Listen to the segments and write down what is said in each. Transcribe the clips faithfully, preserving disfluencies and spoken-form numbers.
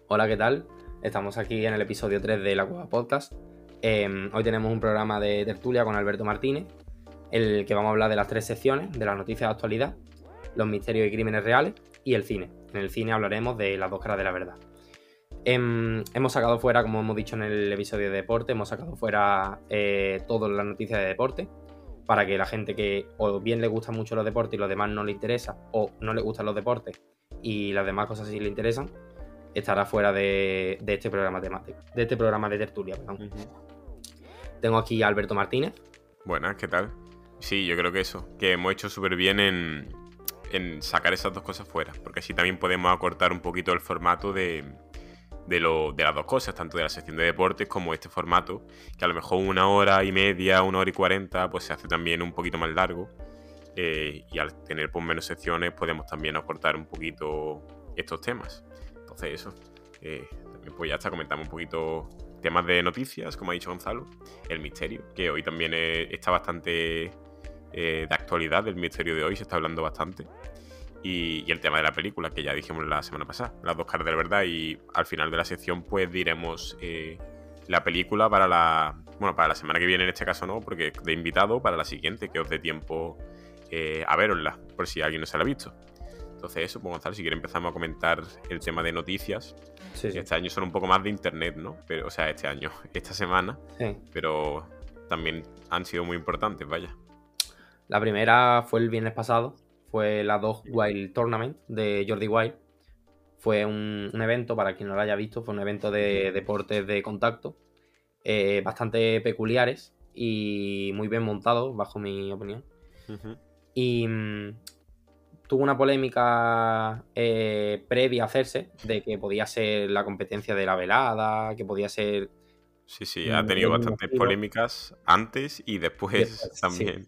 Hola, ¿qué tal? Estamos aquí en el episodio tres de La Cueva Podcast. Eh, hoy tenemos un programa de tertulia con Alberto Martínez, en el que vamos a hablar de las tres secciones, de las noticias de actualidad, los misterios y crímenes reales y el cine. En el cine hablaremos de las dos caras de la verdad. Eh, hemos sacado fuera, como hemos dicho en el episodio de deporte, hemos sacado fuera eh, todas las noticias de deporte, para que la gente que o bien le gustan mucho los deportes y los demás no le interesa, o no le gustan los deportes y las demás cosas sí le interesan, estará fuera de, de este programa temático, de este programa de tertulia, perdón. Uh-huh. Tengo aquí a Alberto Martínez. Buenas, ¿qué tal? Sí, yo creo que eso, que hemos hecho súper bien en, en sacar esas dos cosas fuera, porque así también podemos acortar un poquito el formato de, de, lo, de las dos cosas, tanto de la sección de deportes como este formato, que a lo mejor una hora y media, una hora y cuarenta, pues se hace también un poquito más largo, eh, y al tener pues, menos secciones podemos también acortar un poquito estos temas. Entonces eso, eh, también pues ya está, comentamos un poquito temas de noticias, como ha dicho Gonzalo, el misterio, que hoy también eh, está bastante eh, de actualidad, del misterio de hoy se está hablando bastante, y, y el tema de la película, que ya dijimos la semana pasada, las dos caras de la verdad, y al final de la sección pues diremos eh, la película para la, bueno, para la semana que viene en este caso no, porque de invitado para la siguiente, que os dé tiempo eh, a verosla, por si alguien no se la ha visto. Entonces eso, pues Gonzalo, si quieres empezamos a comentar el tema de noticias. Sí, sí. Este año son un poco más de internet, ¿no? Pero, o sea, este año, esta semana. Sí. Pero también han sido muy importantes, vaya. La primera fue el viernes pasado. Fue la Dog Wild Tournament de Jordi Wild. Fue un, un evento, para quien no lo haya visto, fue un evento de uh-huh. deportes de contacto. Eh, bastante peculiares y muy bien montados, bajo mi opinión. Uh-huh. Y... Mmm, tuvo una polémica eh, previa a hacerse de que podía ser la competencia de la velada, que podía ser... Sí, sí, ha tenido bastantes polémicas antes y después, después también.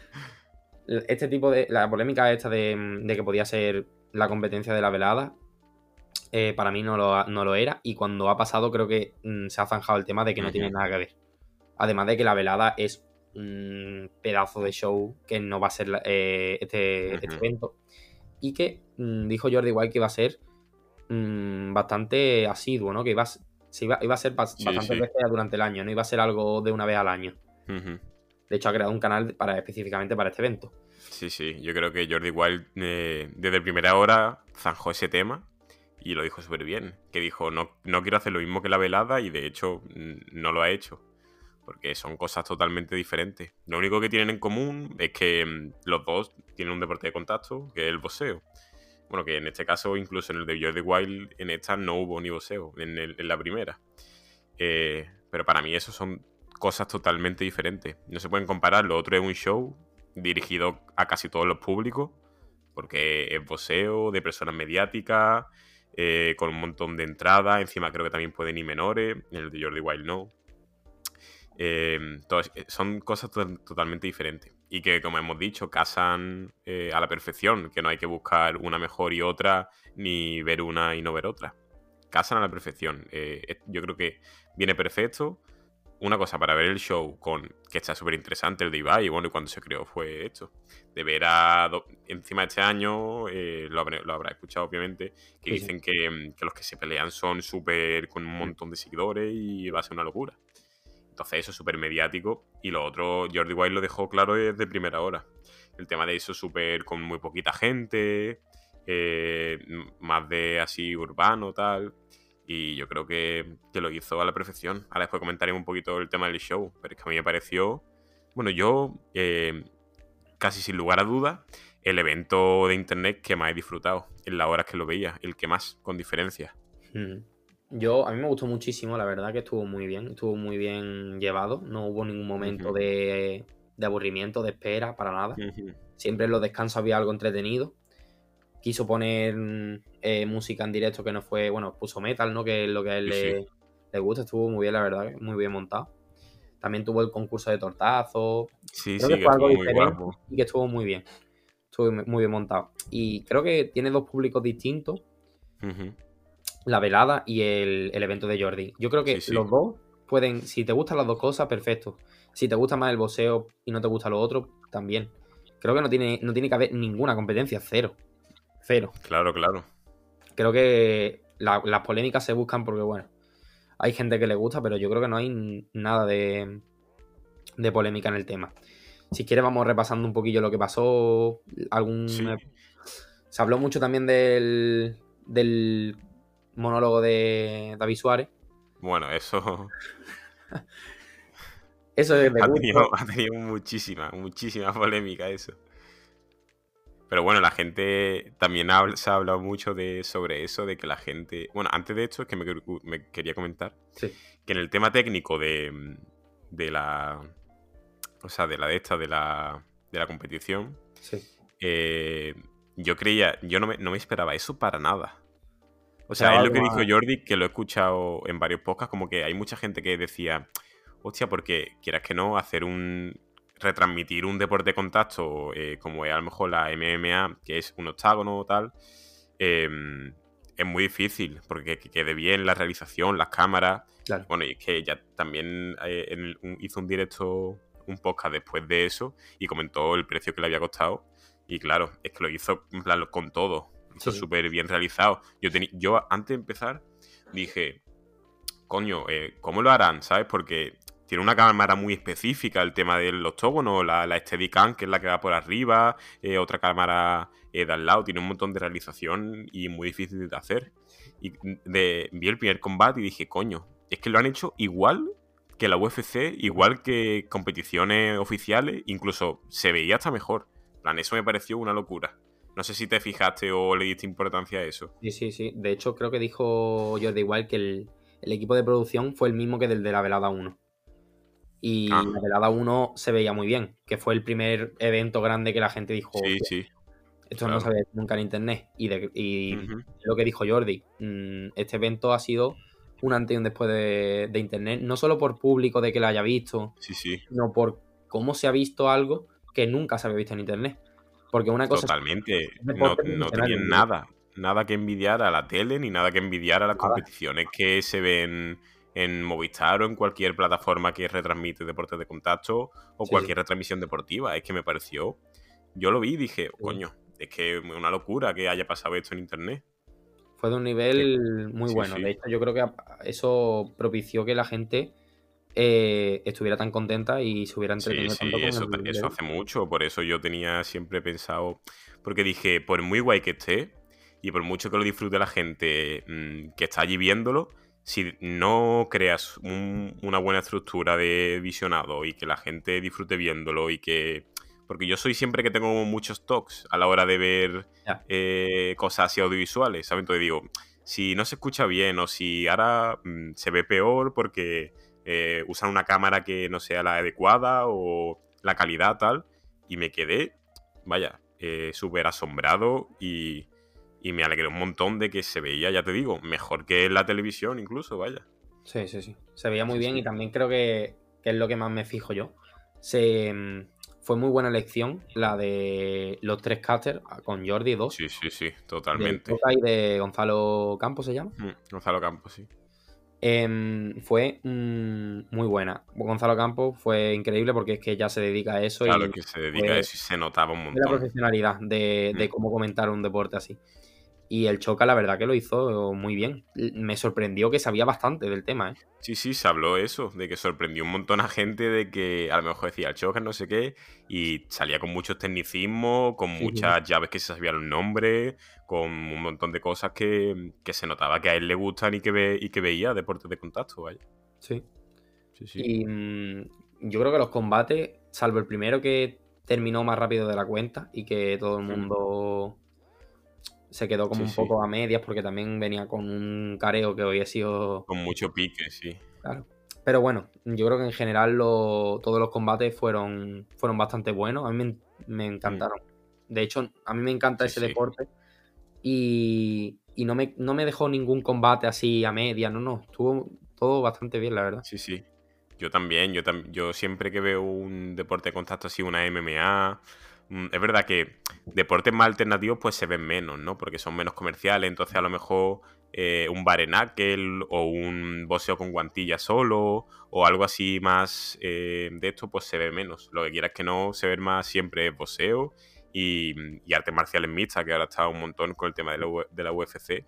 Sí. Este tipo de... La polémica esta de, de que podía ser la competencia de la velada, eh, para mí no lo, no lo era, y cuando ha pasado creo que mm, se ha zanjado el tema de que no uh-huh. tiene nada que ver. Además de que la velada es un pedazo de show que no va a ser eh, este, uh-huh. este evento. Y que mmm, dijo Jordi Wild que iba a ser mmm, bastante asiduo, ¿no? Que iba a, se iba, iba a ser bas- sí, bastantes sí. veces durante el año, no iba a ser algo de una vez al año. Uh-huh. De hecho, ha creado un canal para, específicamente para este evento. Sí, sí, yo creo que Jordi Wild eh, desde primera hora zanjó ese tema y lo dijo súper bien. Que dijo, no, no quiero hacer lo mismo que la velada, y de hecho no lo ha hecho. Porque son cosas totalmente diferentes. Lo único que tienen en común es que mmm, los dos tienen un deporte de contacto, que es el boxeo. Bueno, que en este caso, incluso en el de Jordi Wild, en esta no hubo ni boxeo, en, el, en la primera. Eh, pero para mí eso son cosas totalmente diferentes. No se pueden comparar. Lo otro es un show dirigido a casi todos los públicos, porque es boxeo, de personas mediáticas, eh, con un montón de entradas. Encima creo que también pueden ir menores. En el de Jordi Wild no. Eh, todas, son cosas to- totalmente diferentes y que, como hemos dicho, casan eh, a la perfección, que no hay que buscar una mejor y otra, ni ver una y no ver otra. Casan a la perfección. Eh, yo creo que viene perfecto. Una cosa para ver el show, con que está súper interesante, el de Ibai, y bueno, y cuando se creó fue esto, de ver a do- encima de este año, eh, lo, habré, lo habrá escuchado obviamente, que sí, dicen sí. Que, que los que se pelean son súper con un montón de seguidores y va a ser una locura. Entonces eso es súper mediático. Y lo otro, Jordi Wild lo dejó claro desde primera hora. El tema de eso súper con muy poquita gente, eh, más de así urbano, tal. Y yo creo que, que lo hizo a la perfección. Ahora después comentaremos un poquito el tema del show. Pero es que a mí me pareció... Bueno, yo, eh, casi sin lugar a dudas, el evento de internet que más he disfrutado en las horas que lo veía. El que más, con diferencia. Hmm. Yo, a mí me gustó muchísimo, la verdad que estuvo muy bien, estuvo muy bien llevado, no hubo ningún momento uh-huh. de, de aburrimiento, de espera, para nada. Uh-huh. Siempre en los descansos había algo entretenido. Quiso poner eh, música en directo que no fue, bueno, puso metal, ¿no? Que es lo que a él sí, le, sí. le gusta, estuvo muy bien, la verdad, muy bien montado. También tuvo el concurso de tortazos. Sí, creo sí, que, que fue algo estuvo muy diferente guapo. Y que estuvo muy bien, estuvo muy bien montado. Y creo que tiene dos públicos distintos. Uh-huh. La velada y el, el evento de Jordi. Yo creo que sí, sí. los dos pueden, si te gustan las dos cosas, perfecto. Si te gusta más el boxeo y no te gusta lo otro, también. Creo que no tiene, no tiene que haber ninguna competencia, cero. Cero. Claro, claro. Creo que La, las polémicas se buscan porque, bueno, hay gente que le gusta, pero yo creo que no hay nada de, de polémica en el tema. Si quieres vamos repasando un poquillo lo que pasó. Algún... Sí. Se habló mucho también del, del monólogo de David Suárez. Bueno, eso... Eso es de ha, gusto. tenido, ha tenido muchísima, muchísima polémica eso. Pero bueno, la gente también ha, se ha hablado mucho de, sobre eso, de que la gente... Bueno, antes de esto es que me, me quería comentar Sí. que en el tema técnico de, de la... O sea, de la de esta, de la, de la competición, Sí. eh, yo creía, yo no me, no me esperaba eso para nada. O sea, Esperaba es lo algo que dijo más- Jordi, que lo he escuchado en varios podcasts, como que hay mucha gente que decía, hostia, porque quieras que no, hacer un... retransmitir un deporte de contacto, eh, como es a lo mejor la M M A, que es un octágono o tal, eh, es muy difícil, porque que quede bien la realización, las cámaras. Claro. Bueno, y es que ella también eh, en el- un- hizo un directo, un podcast después de eso, y comentó el precio que le había costado. Y claro, es que lo hizo en plan con todo. Lo hizo Sí. súper bien realizado. Yo, teni- yo antes de empezar dije, coño, eh, ¿cómo lo harán? ¿Sabes? Porque tiene una cámara muy específica el tema del octógono, la, la Steadicam, que es la que va por arriba, eh, otra cámara eh, de al lado, tiene un montón de realización y muy difícil de hacer. Y de, vi el primer combate y dije, coño, es que lo han hecho igual que la U F C, igual que competiciones oficiales, incluso se veía hasta mejor. En plan, eso me pareció una locura. No sé si te fijaste o le diste importancia a eso. Sí, sí, sí. De hecho, creo que dijo Jordi igual que el, el equipo de producción fue el mismo que del de la velada uno. Y Ah, la velada uno se veía muy bien, que fue el primer evento grande que la gente dijo, sí, "Hostia, sí, esto no se claro. ve nunca en internet". Y, de- y Ujú. lo que dijo Jordi, mm, este evento ha sido un antes y un después de, de internet, no solo por público de que lo haya visto, Sí, sí. sino por cómo se ha visto algo que nunca se había visto en internet. Porque una cosa es Totalmente. un No, deporte no profesional de tenían nivel. nada. Nada que envidiar a la tele ni nada que envidiar a las Nada. competiciones que se ven en Movistar o en cualquier plataforma que retransmite deportes de contacto o Sí, sí, cualquier retransmisión deportiva. Es que me pareció. Yo lo vi y dije, sí. coño, es que es una locura que haya pasado esto en internet. Fue de un Que- nivel muy sí, bueno. De sí. hecho, yo creo que a- eso propició que la gente eh, estuviera tan contenta y se hubiera Sí, entretenido tanto sí, con eso, el eso evento. hace mucho, por eso yo tenía siempre pensado, porque dije, por muy guay que esté, y por mucho que lo disfrute la gente mm, que está allí viéndolo, si no creas un- una buena estructura de visionado y que la gente disfrute viéndolo y que... Porque yo soy siempre que tengo muchos talks a la hora de ver Ya, eh, cosas así audiovisuales, ¿sabes? Entonces digo, si no se escucha bien o si ahora mm, se ve peor porque eh, usan una cámara que no sea la adecuada o la calidad tal. Y me quedé, vaya, eh, súper asombrado y, y me alegré un montón de que se veía, ya te digo, mejor que en la televisión incluso, vaya. sí, sí, sí. Se veía muy Sí, bien y sí. también creo que, que es lo que más me fijo yo. Se, mm, fue muy buena elección la de los tres casters con Jordi dos, Sí, sí, sí, de totalmente. Coca y de Gonzalo Campos se llama. Mm, Gonzalo Campos, sí. Em, fue mm, muy buena. Gonzalo Campos fue increíble porque es que ya se dedica a eso Claro y que se dedica a fue eso y se notaba un de la montón. profesionalidad de, Mm. de cómo comentar un deporte así. Y el Choca, la verdad que lo hizo muy bien. L- Me sorprendió que sabía bastante del tema, ¿eh? Sí, sí, se habló eso, de que sorprendió un montón a gente de que a lo mejor decía el Choker, no sé qué, y salía con muchos tecnicismos, con Sí, sí, sí. muchas llaves que se sabían los nombres, con un montón de cosas que, que se notaba que a él le gustan y que, ve, y que veía deportes de contacto, vaya. Sí. Sí, sí. Y mm, yo creo que los combates, salvo el primero que terminó más rápido de la cuenta y que todo el Mm, mundo se quedó como sí, un sí. poco a medias porque también venía con un careo que hoy ha sido... Con mucho pique, sí. Claro. Pero bueno, yo creo que en general lo- todos los combates fueron, fueron bastante buenos. A mí me, me Mm, encantaron. De hecho, a mí me encanta sí, ese sí. deporte y, y no me, no me dejó ningún combate así a media. No, no. Estuvo todo bastante bien, la verdad. Sí, sí. Yo también, yo, tam- yo siempre que veo un deporte de contacto así, una M M A, mm, es verdad que deportes más alternativos pues se ven menos, ¿no? Porque son menos comerciales, entonces a lo mejor eh, un bare knuckle o un boxeo con guantilla solo o algo así más eh, de esto pues se ve menos. Lo que quieras que no, se ve más siempre es boxeo y, y artes marciales mixtas, que ahora está un montón con el tema de la, U- de la U F C.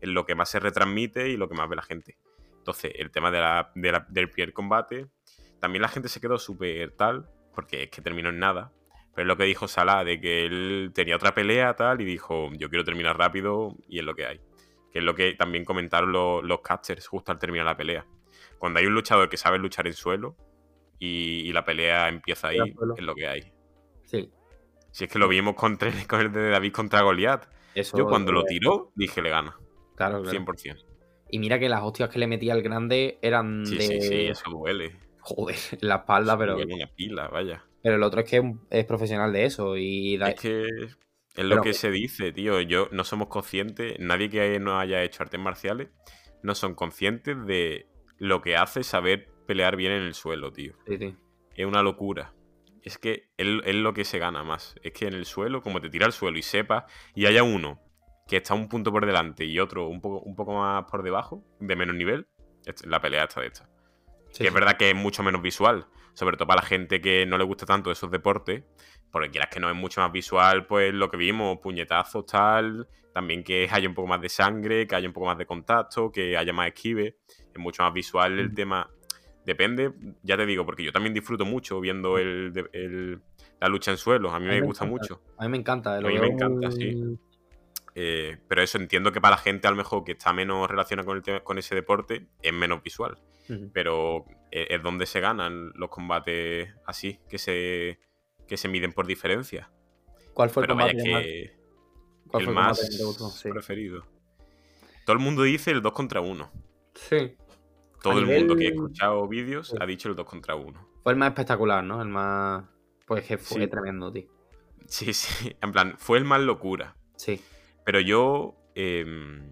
es lo que más se retransmite y lo que más ve la gente. Entonces, el tema de la, de la, del primer combate, también la gente se quedó súper tal, porque es que terminó en nada. Pero es lo que dijo Salah, de que él tenía otra pelea tal, y dijo, yo quiero terminar rápido, y es lo que hay. Que es lo que también comentaron los, los casters justo al terminar la pelea. Cuando hay un luchador que sabe luchar en suelo, y, y la pelea empieza ahí, es lo que hay. Sí. Si es que lo vimos con, con el de David contra Goliat. Eso Yo cuando es... lo tiró, dije, le gana. Claro, claro. cien por ciento. Y mira que las hostias que le metía al grande eran sí, de... Sí, sí, eso duele. Joder, en la espalda, eso pero... duele una pila, vaya. Pero el otro es que es profesional de eso y... Da... Es que es lo pero... que se dice, tío. Yo no somos conscientes, nadie que no haya hecho artes marciales, no son conscientes de lo que hace saber pelear bien en el suelo, tío. Sí, sí. Es una locura. Es que es, es lo que se gana más. Es que en el suelo, como te tira al suelo y sepas, y haya uno que está un punto por delante y otro un poco, un poco más por debajo, de menos nivel, la pelea está de esta. Sí, que sí. es verdad que es mucho menos visual, sobre todo para la gente que no le gusta tanto esos deportes, porque quieras que no es mucho más visual, pues lo que vimos, puñetazos, tal, también que haya un poco más de sangre, que haya un poco más de contacto, que haya más esquive, es mucho más visual el tema. Depende, ya te digo, porque yo también disfruto mucho viendo el, el, la lucha en suelo, a mí A me, mí me gusta encanta, mucho. A mí me encanta, lo A mí veo me encanta, muy... sí. Eh, pero eso, entiendo que para la gente a lo mejor que está menos relacionada con, el tema, con ese deporte, es menos visual. Uh-huh. Pero es, es donde se ganan los combates así, que se, que se miden por diferencia. ¿Cuál fue el pero combate vaya que ¿Cuál el fue el más combate que te gustó? Sí. preferido? Todo el mundo dice el dos contra uno. Sí. Todo A el nivel... mundo que ha escuchado vídeos sí. ha dicho el dos contra uno. Fue el más espectacular, ¿no? El más... Pues que fue sí. tremendo, tío. Sí, sí. En plan, fue el más locura. Sí. Pero yo... Eh,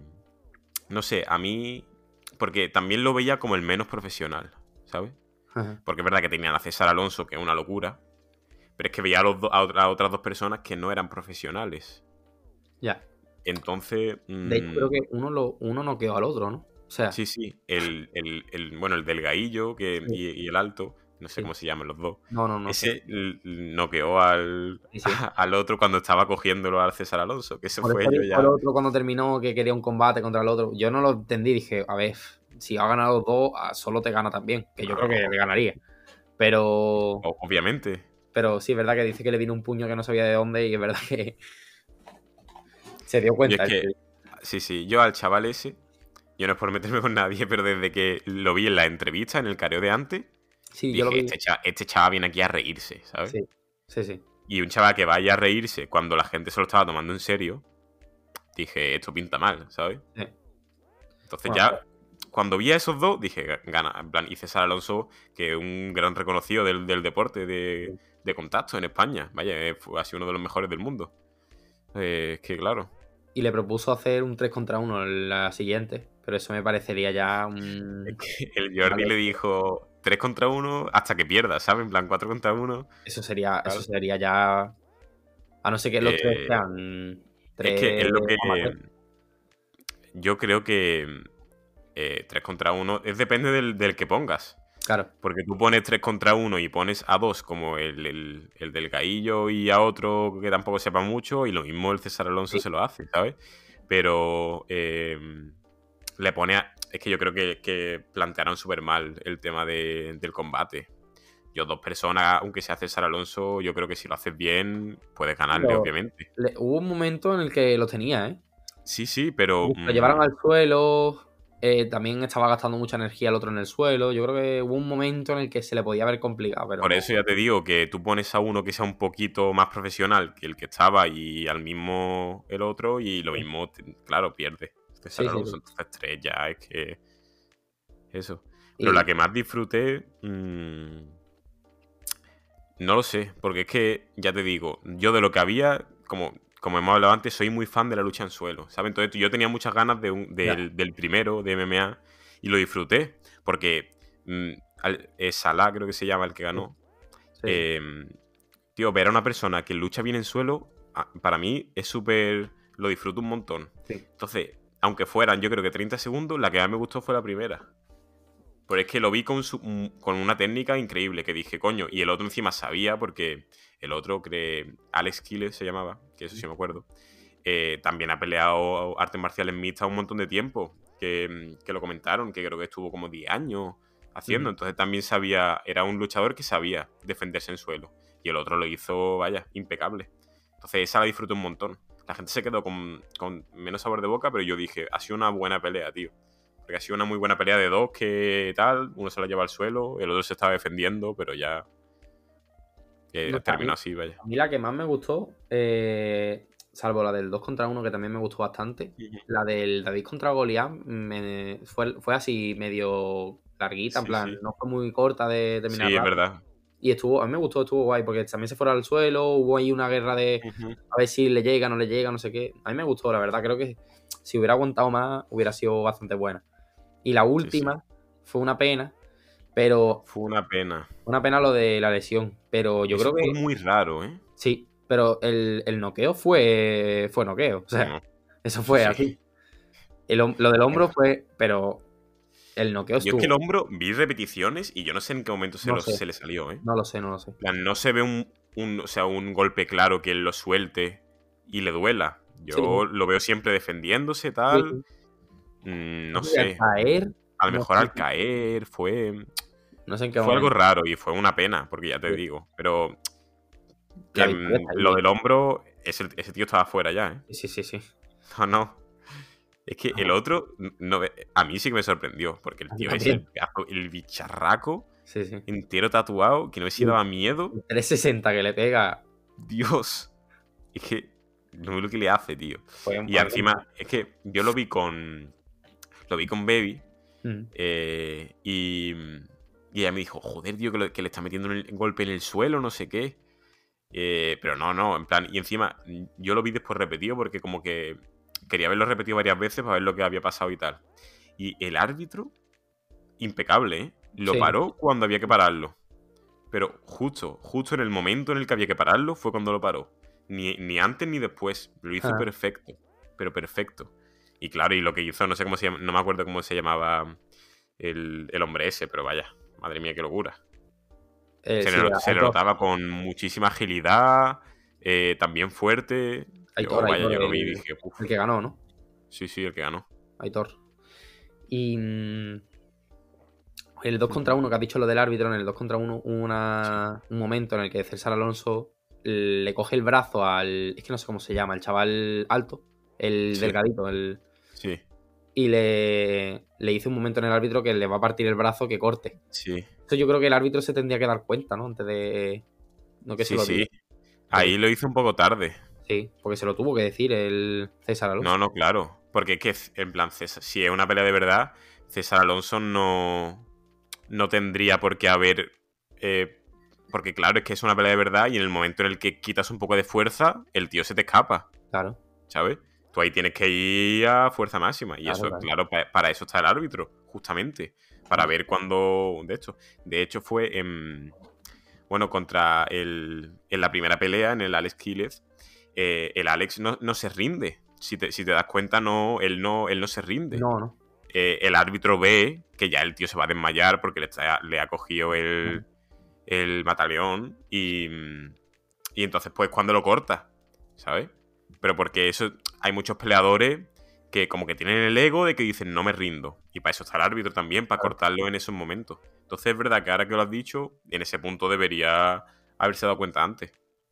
no sé, a mí... Porque también lo veía como el menos profesional, ¿sabes? Ajá. Porque es verdad que tenían a César Alonso, que es una locura. Pero es que veía a, los do, a, a otras dos personas que no eran profesionales. Ya. Entonces... Mmm... De hecho, creo que uno, lo, uno noqueó al otro, ¿no? O sea... Sí, sí. El, el, el, bueno, el delgadillo que, sí. y, y el alto... No sé sí. cómo se llaman los dos. No, no, no. Ese sí. noqueó al, sí, sí. al otro cuando estaba cogiéndolo al César Alonso. Que eso Por fue eso yo ya. El otro cuando terminó que quería un combate contra el otro. Yo no lo entendí. Dije, a ver, si ha ganado los dos, solo te gana también. Que yo no. creo que le ganaría. Pero. Obviamente. Pero sí, es verdad que dice que le vino un puño que no sabía de dónde. Y es verdad que. Se dio cuenta. Es que, sí, sí. Yo al chaval ese. Yo no es por meterme con nadie, pero desde que lo vi en la entrevista, en el careo de antes. Sí, dije, yo lo vi. Este, chaval, este chaval viene aquí a reírse, ¿sabes? Sí, sí, sí. Y un chaval que vaya a reírse cuando la gente se lo estaba tomando en serio, dije, esto pinta mal, ¿sabes? Sí. Entonces bueno, ya, pues... cuando vi a esos dos, dije, gana. En plan, y César Alonso, que es un gran reconocido del, del deporte de, sí. de contacto en España. Vaya, fue, ha sido uno de los mejores del mundo. Eh, que claro. Y le propuso hacer un tres contra uno en la siguiente, pero eso me parecería ya un... Es que el Jordi vale. le dijo tres contra uno hasta que pierda, ¿sabes? En plan cuatro contra uno. Eso sería, claro. Eso sería ya... A no ser que los eh, tres sean... Tres... Es que es lo que... Yo creo que eh, tres contra uno es depende del, del que pongas. Claro. Porque tú pones tres contra uno y pones a dos como el, el, el del Gaillo y a otro que tampoco sepa mucho, y lo mismo el César Alonso sí. se lo hace, ¿sabes? Pero eh, le pone a... Es que yo creo que, que plantearon súper mal el tema de, del combate. Yo, dos personas, aunque sea César Alonso, yo creo que si lo haces bien, puedes ganarle, pero, obviamente. Le, hubo un momento en el que lo tenía, ¿eh? Sí, sí, pero... Lo llevaron al suelo... Eh, también estaba gastando mucha energía el otro en el suelo. Yo creo que hubo un momento en el que se le podía haber complicado. Pero Por no. eso ya te digo que tú pones a uno que sea un poquito más profesional que el que estaba y al mismo el otro y lo mismo, claro, pierde. César Alonso, sí, sí, sí. Entonces tres ya es que... Eso. Pero y... la que más disfruté... Mmm... No lo sé, porque es que, ya te digo, yo de lo que había, como... Como hemos hablado antes, soy muy fan de la lucha en suelo, ¿sabes? Entonces yo tenía muchas ganas de un, de, del, del primero, de M M A, y lo disfruté, porque mmm, al, eh, Salah, creo que se llama el que ganó. Sí. Eh, tío, ver a una persona que lucha bien en suelo, para mí es súper... Lo disfruto un montón. Sí. Entonces, aunque fueran, yo creo que treinta segundos, la que más me gustó fue la primera. Pero es que lo vi con, su, con una técnica increíble, que dije, coño, y el otro encima sabía, porque... El otro, que Alex Kille se llamaba, que eso sí me acuerdo. eh, también ha peleado artes marciales mixtas un montón de tiempo, que, que lo comentaron, que creo que estuvo como diez años haciendo, Ujú. entonces también sabía, era un luchador que sabía defenderse en suelo, y el otro lo hizo, vaya, impecable. Entonces esa la disfruté un montón. La gente se quedó con, con menos sabor de boca, pero yo dije, ha sido una buena pelea, tío. Porque ha sido una muy buena pelea de dos que tal, uno se la lleva al suelo, el otro se estaba defendiendo, pero ya No eh, sé, a mí, terminó así, vaya. a mí la que más me gustó, eh, salvo la del dos contra uno, que también me gustó bastante, Ujú. la del David contra Goliat me, fue, fue así medio larguita, en Sí, plan, sí. no fue muy corta de terminar Sí, es rápido. verdad. Y estuvo, a mí me gustó, estuvo guay, porque también se fueron al suelo, hubo ahí una guerra de Ujú. a ver si le llega, no le llega, no sé qué. A mí me gustó, la verdad, creo que si hubiera aguantado más, hubiera sido bastante buena. Y la Sí, sí. última fue una pena, pero Fue una pena. una pena lo de la lesión. Pero yo Eso creo fue que muy raro, ¿eh? sí, pero el, el noqueo fue, fue noqueo. O sea, No. eso Sí, fue sí. así. El hom- lo del hombro fue, pero el noqueo Yo es que el estuvo. hombro vi repeticiones y yo no sé en qué momento se, No lo- sé, se le salió, ¿eh? no lo sé, no lo sé. En plan, no se ve un, un- o sea, un golpe claro que él lo suelte y le duela. Sí, Yo lo veo siempre defendiéndose, sí, tal. sí. Mm, No no sé si al sé. caer, A lo no mejor sé, al caer fue... no sé en qué Fue algo momento. raro y fue una pena, porque ya te Sí. digo. Pero La que victoria mm, está lo ahí. del hombro, ese, ese tío estaba fuera ya, ¿eh? Sí, sí, sí. No, no. Es que el Ajá. otro, no, a mí sí que me sorprendió, porque el A mí tío es el, también. pedazo- el bicharraco Sí, sí. entero tatuado, que no sé si Y el daba miedo. el trescientos sesenta que le pega Dios, es que no sé lo que le hace, tío. fue Y a mí encima, es que yo lo vi con, lo vi con Baby, también. eh, y, y ella me dijo, joder, tío, que, lo- que le está metiendo un golpe en el suelo, no sé qué. Eh, pero no, no, en plan, y encima yo lo vi después repetido porque como que quería verlo repetido varias veces para ver lo que había pasado y tal. Y el árbitro, impecable, ¿eh? Lo Sí, paró cuando había que pararlo. Pero justo, justo en el momento en el que había que pararlo fue cuando lo paró. Ni, ni antes ni después. Lo hizo ajá. perfecto. Pero perfecto. Y claro, y lo que hizo, no sé cómo se llama, no me acuerdo cómo se llamaba el, el hombre ese, pero vaya, madre mía, qué locura. Eh, Se le, sí, not- se le Aitor, notaba con muchísima agilidad, eh, también fuerte. Yo, Aitor, vaya, Aitor, yo lo vi y el, dije, uff, el que ganó, ¿no? sí, sí, el que ganó. Aitor. Y mm, el dos contra Ujú. uno que has dicho lo del árbitro, en el dos contra uno hubo Sí, una, un momento en el que César Alonso le coge el brazo al. Es que no sé cómo se llama, el chaval alto, el sí, delgadito, el. sí, Y le, le dice un momento en el árbitro que le va a partir el brazo que corte. sí, Eso yo creo que el árbitro se tendría que dar cuenta, ¿no? Antes de. No que se sí, lo sí. diga. Porque, Ahí lo hizo un poco tarde. sí, porque se lo tuvo que decir el César Alonso. No, no, claro. Porque es que, en plan, César, si es una pelea de verdad, César Alonso no, no tendría por qué haber... eh, porque claro, es que es una pelea de verdad y en el momento en el que quitas un poco de fuerza, el tío se te escapa, Claro, ¿sabes? Tú ahí tienes que ir a fuerza máxima. Y claro, eso, claro. claro, pa- para eso está el árbitro, justamente. Para Mm. ver cuándo... De hecho, de hecho fue en... Bueno, contra el... En la primera pelea, en el Alex Quílez, eh, el Alex no, no se rinde. Si te, si te das cuenta, no, él no, él no se rinde. No, no. Eh, el árbitro ve que ya el tío se va a desmayar porque le, está- le ha cogido el, el mataleón y, y entonces pues cuando lo corta, ¿sabes? Pero porque eso hay muchos peleadores que como que tienen el ego de que dicen no me rindo. Y para eso está el árbitro también, para Claro. cortarlo en esos momentos. Entonces es verdad que ahora que lo has dicho, en ese punto debería haberse dado cuenta antes.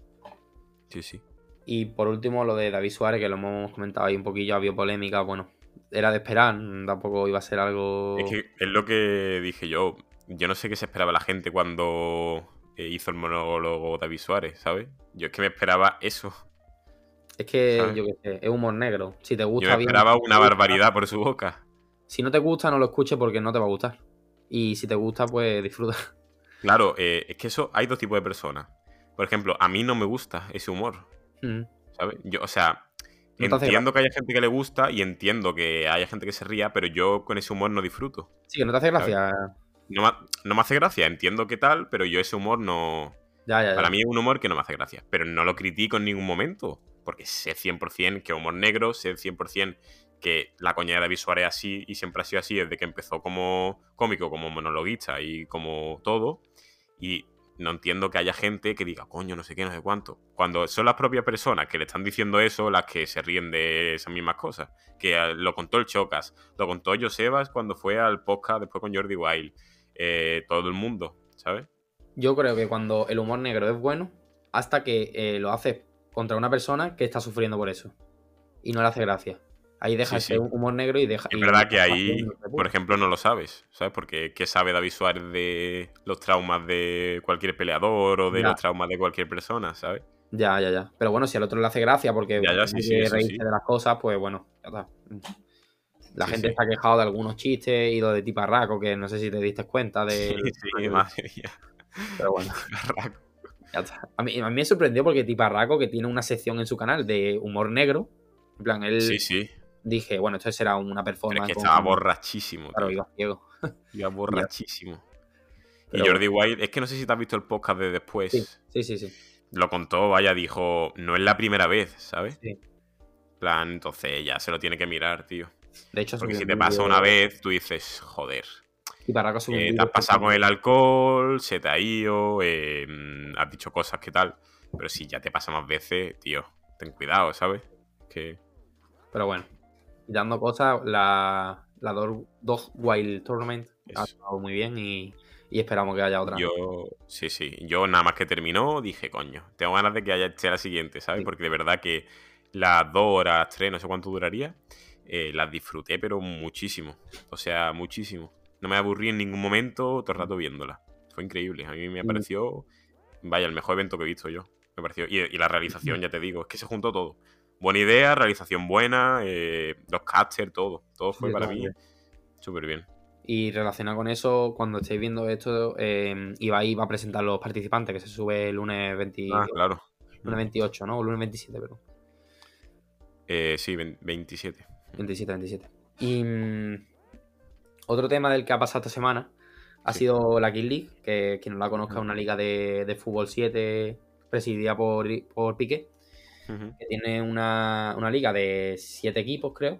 Sí, sí. Y por último, lo de David Suárez, que lo hemos comentado ahí un poquillo, había polémica, bueno, era de esperar, tampoco iba a ser Es algo. que es lo que dije yo. Yo no sé qué se esperaba la gente cuando eh, hizo el monólogo David Suárez, ¿sabes? Yo es que me esperaba eso, Es que, ¿sabes? yo qué sé, es humor negro. Si te Yo me gusta bien, esperaba si no te una gusta, barbaridad por su boca. si no te gusta, no lo escuches porque no te va a gustar. Y si te gusta, pues disfruta. Claro, eh, es que eso hay dos tipos de personas. Por ejemplo, a mí no me gusta ese humor, Mm. ¿sabes? Yo, o sea, No te hace entiendo gracia. que haya gente que le gusta y entiendo que haya gente que se ría, pero yo con ese humor no disfruto, Sí, que no te hace ¿sabes? gracia. No me, no me hace gracia, entiendo qué tal, pero yo ese humor no... Ya, ya, Para ya. mí es un humor que no me hace gracia, pero no lo critico en ningún momento, porque sé cien por ciento que humor negro, sé cien por ciento que la coña de David Suárez es así y siempre ha sido así desde que empezó como cómico, como monologuista y como todo. Y no entiendo que haya gente que diga, coño, no sé qué, no sé cuánto. Cuando son las propias personas que le están diciendo eso las que se ríen de esas mismas cosas. Que eh, lo contó el Chocas, lo contó Josebas cuando fue al podcast después con Jordi Wild. Eh, todo el mundo, ¿sabes? Yo creo que cuando el humor negro es bueno, hasta que eh, lo haces contra una persona que está sufriendo por eso. Y no le hace gracia. Ahí deja Sí, ese sí. humor negro y deja. Es Y verdad que la ahí, pasión no se por puede. ejemplo, no lo sabes, ¿sabes? Porque ¿qué sabe David Suárez de los traumas de cualquier peleador o de Ya, los traumas de cualquier persona, ¿sabes? ya, ya, ya. Pero bueno, si al otro le hace gracia porque Ya, ya, sí, tiene sí, que eso reírse sí. de las cosas, pues bueno, ya está. La Sí, gente sí. está quejado de algunos chistes y lo de tiparraco, que no sé si te diste cuenta Sí, del. sí, madre mía. Pero bueno, Tiparraco. ya está. A mí, a mí me sorprendió porque Tiparraco, que tiene una sección en su canal de humor negro, en plan, Sí, él sí. dije, bueno, esto será una Pero es performance que con. estaba borrachísimo, Claro, tío. iba ciego. Iba Y ya. borrachísimo. Y Pero Jordi bueno, Wild, es que no sé si te has visto el podcast de sí, después. sí, sí, sí. Lo contó, vaya, dijo, no es la primera vez, ¿sabes? Sí. Plan, entonces ya se lo tiene que mirar, tío. De hecho, Porque subí si un te pasa una vídeo. vez, tú dices, joder, Tiparraco subí un eh, te vídeo has pasado con el explicando. alcohol, se te ha ido, eh, mm, has dicho cosas que tal. Pero si ya te pasa más veces, tío, ten cuidado, ¿sabes? Que Pero bueno, quitando cosas, la, la Dog Dog Wild Tournament ha es. estado muy bien y, y esperamos que haya otra. Yo, sí, sí, yo nada más que terminó, dije, coño, tengo ganas de que haya esté la siguiente, ¿sabes? Sí. Porque de verdad que las dos horas, tres, no sé cuánto duraría, eh, las disfruté, pero muchísimo. O sea, muchísimo. No me aburrí en ningún momento, todo el rato viéndola. Fue increíble. A mí me Y- pareció, vaya, el mejor evento que he visto yo. Me pareció. Y, y la realización, ya te digo, es que se juntó todo. Buena idea, realización buena, eh, los casters, todo. Todo fue de para todo, mí tío. súper bien. Y relacionado con eso, cuando estéis viendo esto, eh, Ibai va a presentar los participantes, que se sube el lunes Ah, veintiocho, claro. lunes veintiocho, ¿no? O lunes veintisiete, pero. Eh, sí, veintisiete. veintisiete, veintisiete. Y mm, otro tema del que ha pasado esta semana ha Sí. sido la King League, que quien no la conozca es Ujú. una liga de, de fútbol siete presidida por, por Piqué, Ujú. que tiene una, una liga de siete equipos, creo.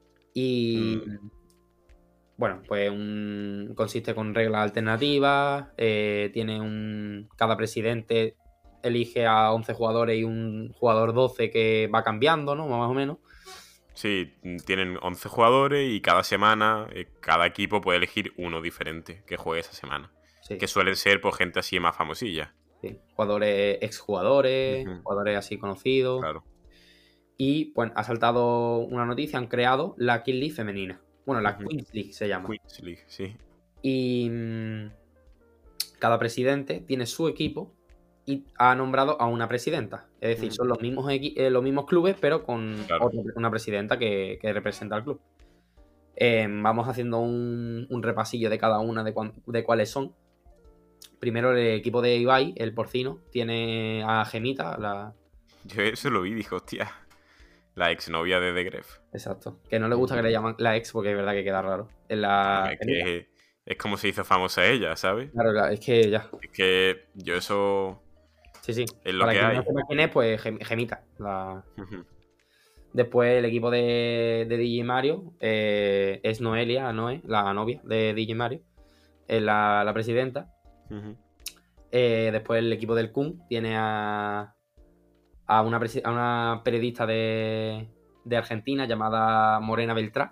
Y Mm, bueno, pues un, consiste con reglas alternativas, eh, tiene un... Cada presidente elige a once jugadores y un jugador doce que va cambiando, ¿no? Más o menos. Sí, mm, tienen once jugadores y cada semana eh, cada equipo puede elegir uno diferente que juegue esa semana. Sí, Que suelen ser pues gente así más famosilla. sí. Jugadores, exjugadores, Ujú, jugadores así conocidos. claro. Y pues ha saltado una noticia, han creado la King League femenina. Bueno, la Ujú. Queens League se llama. Queens League, sí. Y mm, cada presidente tiene su equipo y ha nombrado a una presidenta. Es decir, Ujú, son los mismos, equi- eh, los mismos clubes, pero con claro. otra- una presidenta que, que representa al club. Eh, vamos haciendo un, un repasillo de cada una de, cuan- de cuáles son. Primero el equipo de Ibai, el porcino, tiene a Gemita, la... Yo eso lo vi y dije, hostia, la exnovia de The Gref. Exacto. Que no le gusta que le Ujú. llaman la ex porque es verdad que queda raro. En la... Es Gemita. que es como se hizo famosa ella, ¿sabes? Claro, claro, es que ya. Es que yo eso Sí, sí. es lo Para que quien no hay. sepa quién es, pues Gem- Gemita. La... Ujú, Después el equipo de, de D J Mario eh, es Noelia, Noe, la novia de D J Mario, es la, la presidenta. ujú. Eh, después el equipo del Kun tiene a, a, una, presi- a una periodista de, de Argentina llamada Morena Beltrán.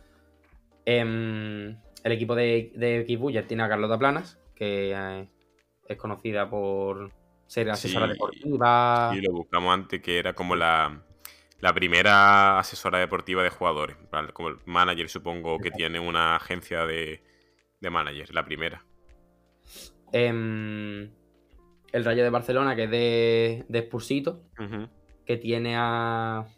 Em, el equipo de, de X-Buller tiene a Carlota Planas, que eh, es conocida por ser asesora Sí, deportiva. sí, lo buscamos antes, que era como la, la primera asesora deportiva de jugadores. ¿Vale? Como el manager, supongo que tiene una agencia de, de manager, la primera. Em, el Rayo de Barcelona, que es de, de Spursito, Ujú. que tiene a...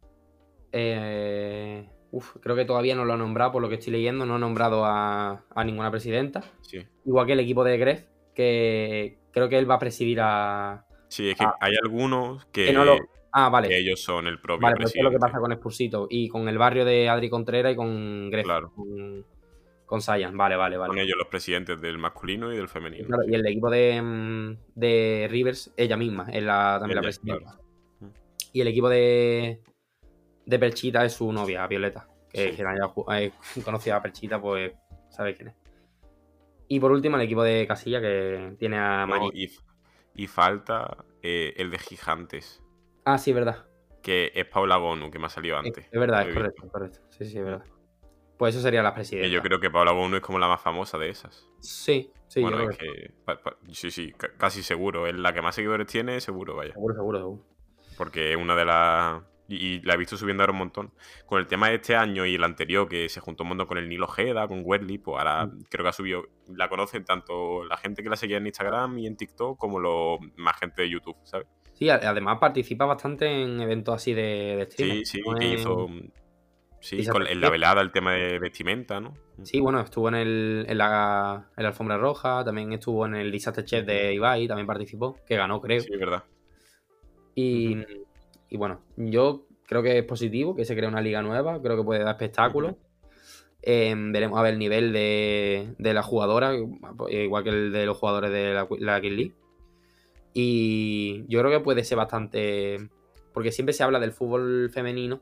eh, uf, creo que todavía no lo ha nombrado, por lo que estoy leyendo, no ha nombrado a, a ninguna presidenta. Sí. Igual que el equipo de Gref, que creo que él va a presidir a... Sí, es que a- hay algunos que no lo... que, Ah, que vale. ellos son el propio Vale, pues esto es lo que presidente. pasa con Spursito y con el barrio de Adri Contreras y con Gref, Claro. con, con Sayan. Vale, vale, vale. Son ellos los presidentes del masculino y del Y, femenino. claro, y Sí. el equipo de, mm, de Rivers, ella misma, es la, también la Ella, presidenta. claro. Y el equipo de, de Perchita es su novia, Violeta. Que Sí. quien haya ju- eh, conocido a Perchita, pues sabe quién es. Y por último, el equipo de Casilla, que tiene a No, Mañi. y, y falta eh, el de Gigantes, Ah, sí, es verdad. que es Paula Gonu, que me ha salido Es, antes. es verdad, Lo es he correcto, visto. es correcto. Sí, sí, es Mm. verdad. Pues eso sería la Que yo presidenta. creo que Paula Gonu es como la más famosa de esas. Sí, sí, Bueno, yo es creo que que. pa- pa- sí, sí, ca- casi seguro. Es la que más seguidores tiene, seguro, vaya. seguro, seguro, seguro. Porque es una de las. Y, y la he visto subiendo ahora un montón. Con el tema de este año y el anterior, que se juntó un montón con el Nilo Ojeda, con Werly, pues ahora Mm. creo que ha subido. La conocen tanto la gente que la seguía en Instagram y en TikTok como lo, más gente de YouTube, ¿sabes? Sí, a- además participa bastante en eventos así de, de streaming. Sí, sí, No que es- hizo. Sí, con, Disaster en la Chef. velada el tema de vestimenta, ¿no? Sí, bueno, estuvo en, el, en, la, en la alfombra roja, también estuvo en el Disaster Chef Ujú. de Ibai, también participó, que ganó, creo. Sí, es verdad. Y, Ujú, y bueno, yo creo que es positivo que se cree una liga nueva, creo que puede dar espectáculo. ujú. Eh, veremos a ver el nivel de, de la jugadora, igual que el de los jugadores de la, la Kings League. Y yo creo que puede ser bastante. Porque siempre se habla del fútbol femenino,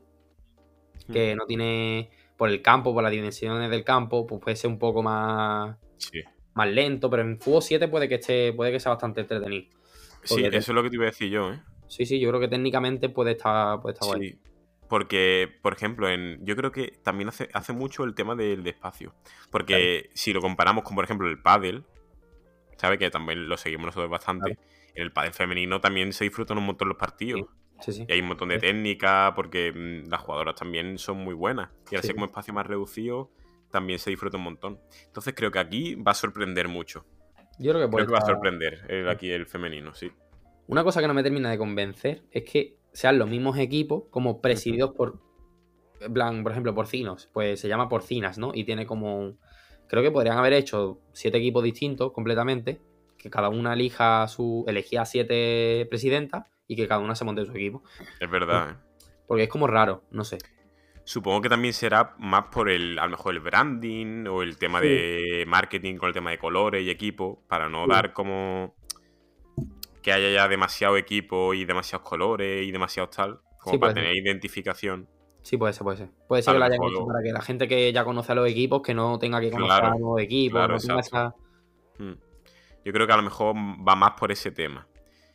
que no tiene. Por el campo, por las dimensiones del campo, pues puede ser un poco más, Sí. más lento, pero en fútbol siete puede que esté, puede que sea bastante entretenido. Sí, Porque te- eso es lo que te iba a decir yo, ¿eh? sí, sí, yo creo que técnicamente puede estar, puede estar guay. Sí. Porque, por ejemplo, en, yo creo que también hace, hace mucho el tema del espacio. Porque si lo comparamos con, por ejemplo, el pádel, ¿sabes? Que también lo seguimos nosotros bastante. Claro. En el pádel femenino también se disfrutan un montón los partidos. Sí, sí. Y hay un montón de Sí. técnica, porque mm, las jugadoras también son muy buenas. Y al Sí. ser como espacio más reducido, también se disfruta un montón. Entonces creo que aquí va a sorprender mucho. Yo creo que puede Creo que va a estar. sorprender el, aquí el femenino, sí. Una cosa que no me termina de convencer es que sean los mismos equipos como presididos por, en plan, por ejemplo, porcinos. Pues se llama porcinas, ¿no? Y tiene como un- creo que podrían haber hecho siete equipos distintos completamente, que cada una elija su, elegía siete presidentas y que cada una se monte su equipo. Es verdad, ¿eh? Porque es como raro, no sé. Supongo que también será más por el, a lo mejor el branding o el tema Sí. de marketing con el tema de colores y equipo, para no Sí. dar como que haya ya demasiado equipo y demasiados colores y demasiados tal, como Sí, para puede ser. tener identificación. Sí, puede ser, puede ser. Puede ser A que lo lo hayan mejor, hecho para que la gente que ya conoce a los equipos, que no tenga que conocer a claro, los nuevos equipos, claro, no tenga exacto. esa. Mm. Yo creo que a lo mejor va más por ese tema.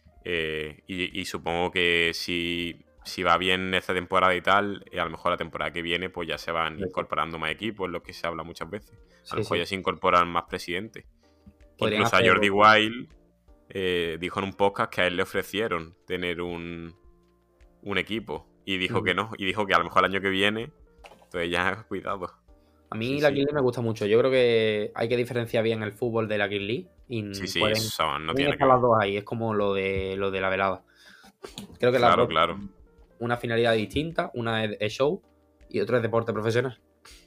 Eh, y, y supongo que si, si va bien esta temporada y tal, eh, a lo mejor la temporada que viene pues ya se van Sí, sí. incorporando más equipos, lo que se habla muchas veces. A Sí, lo mejor sí. ya se incorporan más presidentes. Que Podrían incluso a hacer. Jordi Wild eh, dijo en un podcast que a él le ofrecieron tener un, un equipo. Y dijo Ujú. que no. Y dijo que a lo mejor el año que viene. Entonces ya, cuidado. A mí Sí, la sí. Kings League me gusta mucho. Yo creo que hay que diferenciar bien el fútbol de la Kings League. Y Sí, sí, pueden, eso no pueden tiene que estar ver. las dos ahí. Es como lo de, lo de la velada. Creo que las Claro, dos claro. tienen una finalidad distinta. Una es, es show y otra es deporte profesional.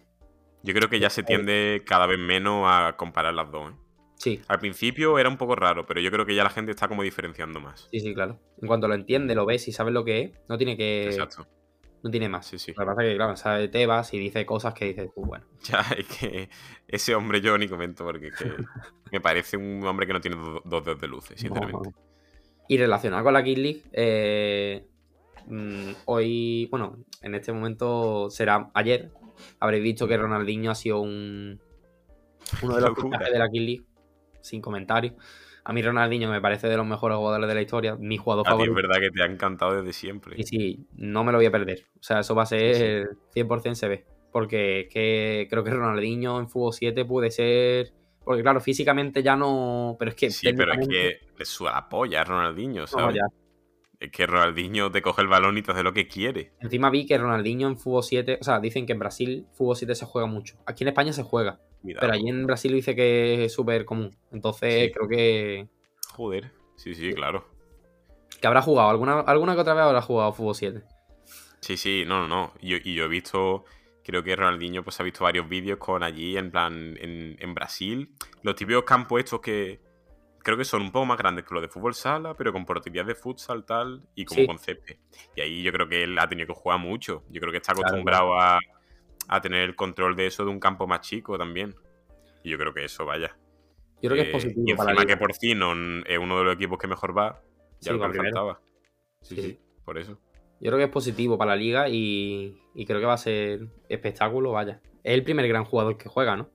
Yo creo que ya se tiende cada vez menos a comparar las dos, ¿eh? Sí, Al principio era un poco raro, pero yo creo que ya la gente está como diferenciando más. sí, sí, claro. En cuanto lo entiende, lo ves y sabes lo que es, no tiene que. Exacto. No tiene más. Sí, sí. Lo que pasa es que, claro, sabe Tebas y dice cosas que dices tú, bueno. Ya, es que ese hombre yo ni comento porque es que me parece un hombre que no tiene do- dos dedos de luces, sinceramente. No. Y relacionado con la Kings League, eh, mm, hoy, bueno, en este momento será ayer, habréis visto que Ronaldinho ha sido un, uno de Qué los locura. fichajes de la Kings League, sin comentarios. A mí Ronaldinho me parece de los mejores jugadores de la historia, mi jugador A ti es favorito. verdad que te ha encantado desde siempre. Y sí, no me lo voy a perder. O sea, eso va a ser cien por ciento se ve. Porque es que creo que Ronaldinho en Fútbol siete puede ser. Porque claro, físicamente ya no. Pero es que. Sí, pero es técnicamente- que le suda la polla a Ronaldinho, No, ¿sabes? ya. Es que Ronaldinho te coge el balón y te hace lo que quiere. Encima vi que Ronaldinho en Fútbol siete. O sea, dicen que en Brasil Fútbol siete se juega mucho. Aquí en España se juega. Cuidado. Pero allí en Brasil dice que es súper común. Entonces Sí. creo que. Joder. Sí, sí, claro. Que habrá jugado. Alguna, alguna que otra vez habrá jugado Fútbol siete. Sí, sí, no, no, no. Y yo, y yo he visto, creo que Ronaldinho pues ha visto varios vídeos con allí, en plan, en, en Brasil. Los típicos campos estos que creo que son un poco más grandes que los de fútbol sala, pero con porterías de futsal tal y como Sí. con césped. Y ahí yo creo que él ha tenido que jugar mucho. Yo creo que está Claro, acostumbrado a, a tener el control de eso de un campo más chico también. Y yo creo que eso, vaya. Yo creo que es Eh, positivo y para la encima liga. que Porcino es uno de los equipos que mejor va, ya Sí, lo que va le primero. faltaba. Sí, Sí. sí, por eso. Yo creo que es positivo para la liga y, y creo que va a ser espectáculo, vaya. Es el primer gran jugador que juega, ¿no?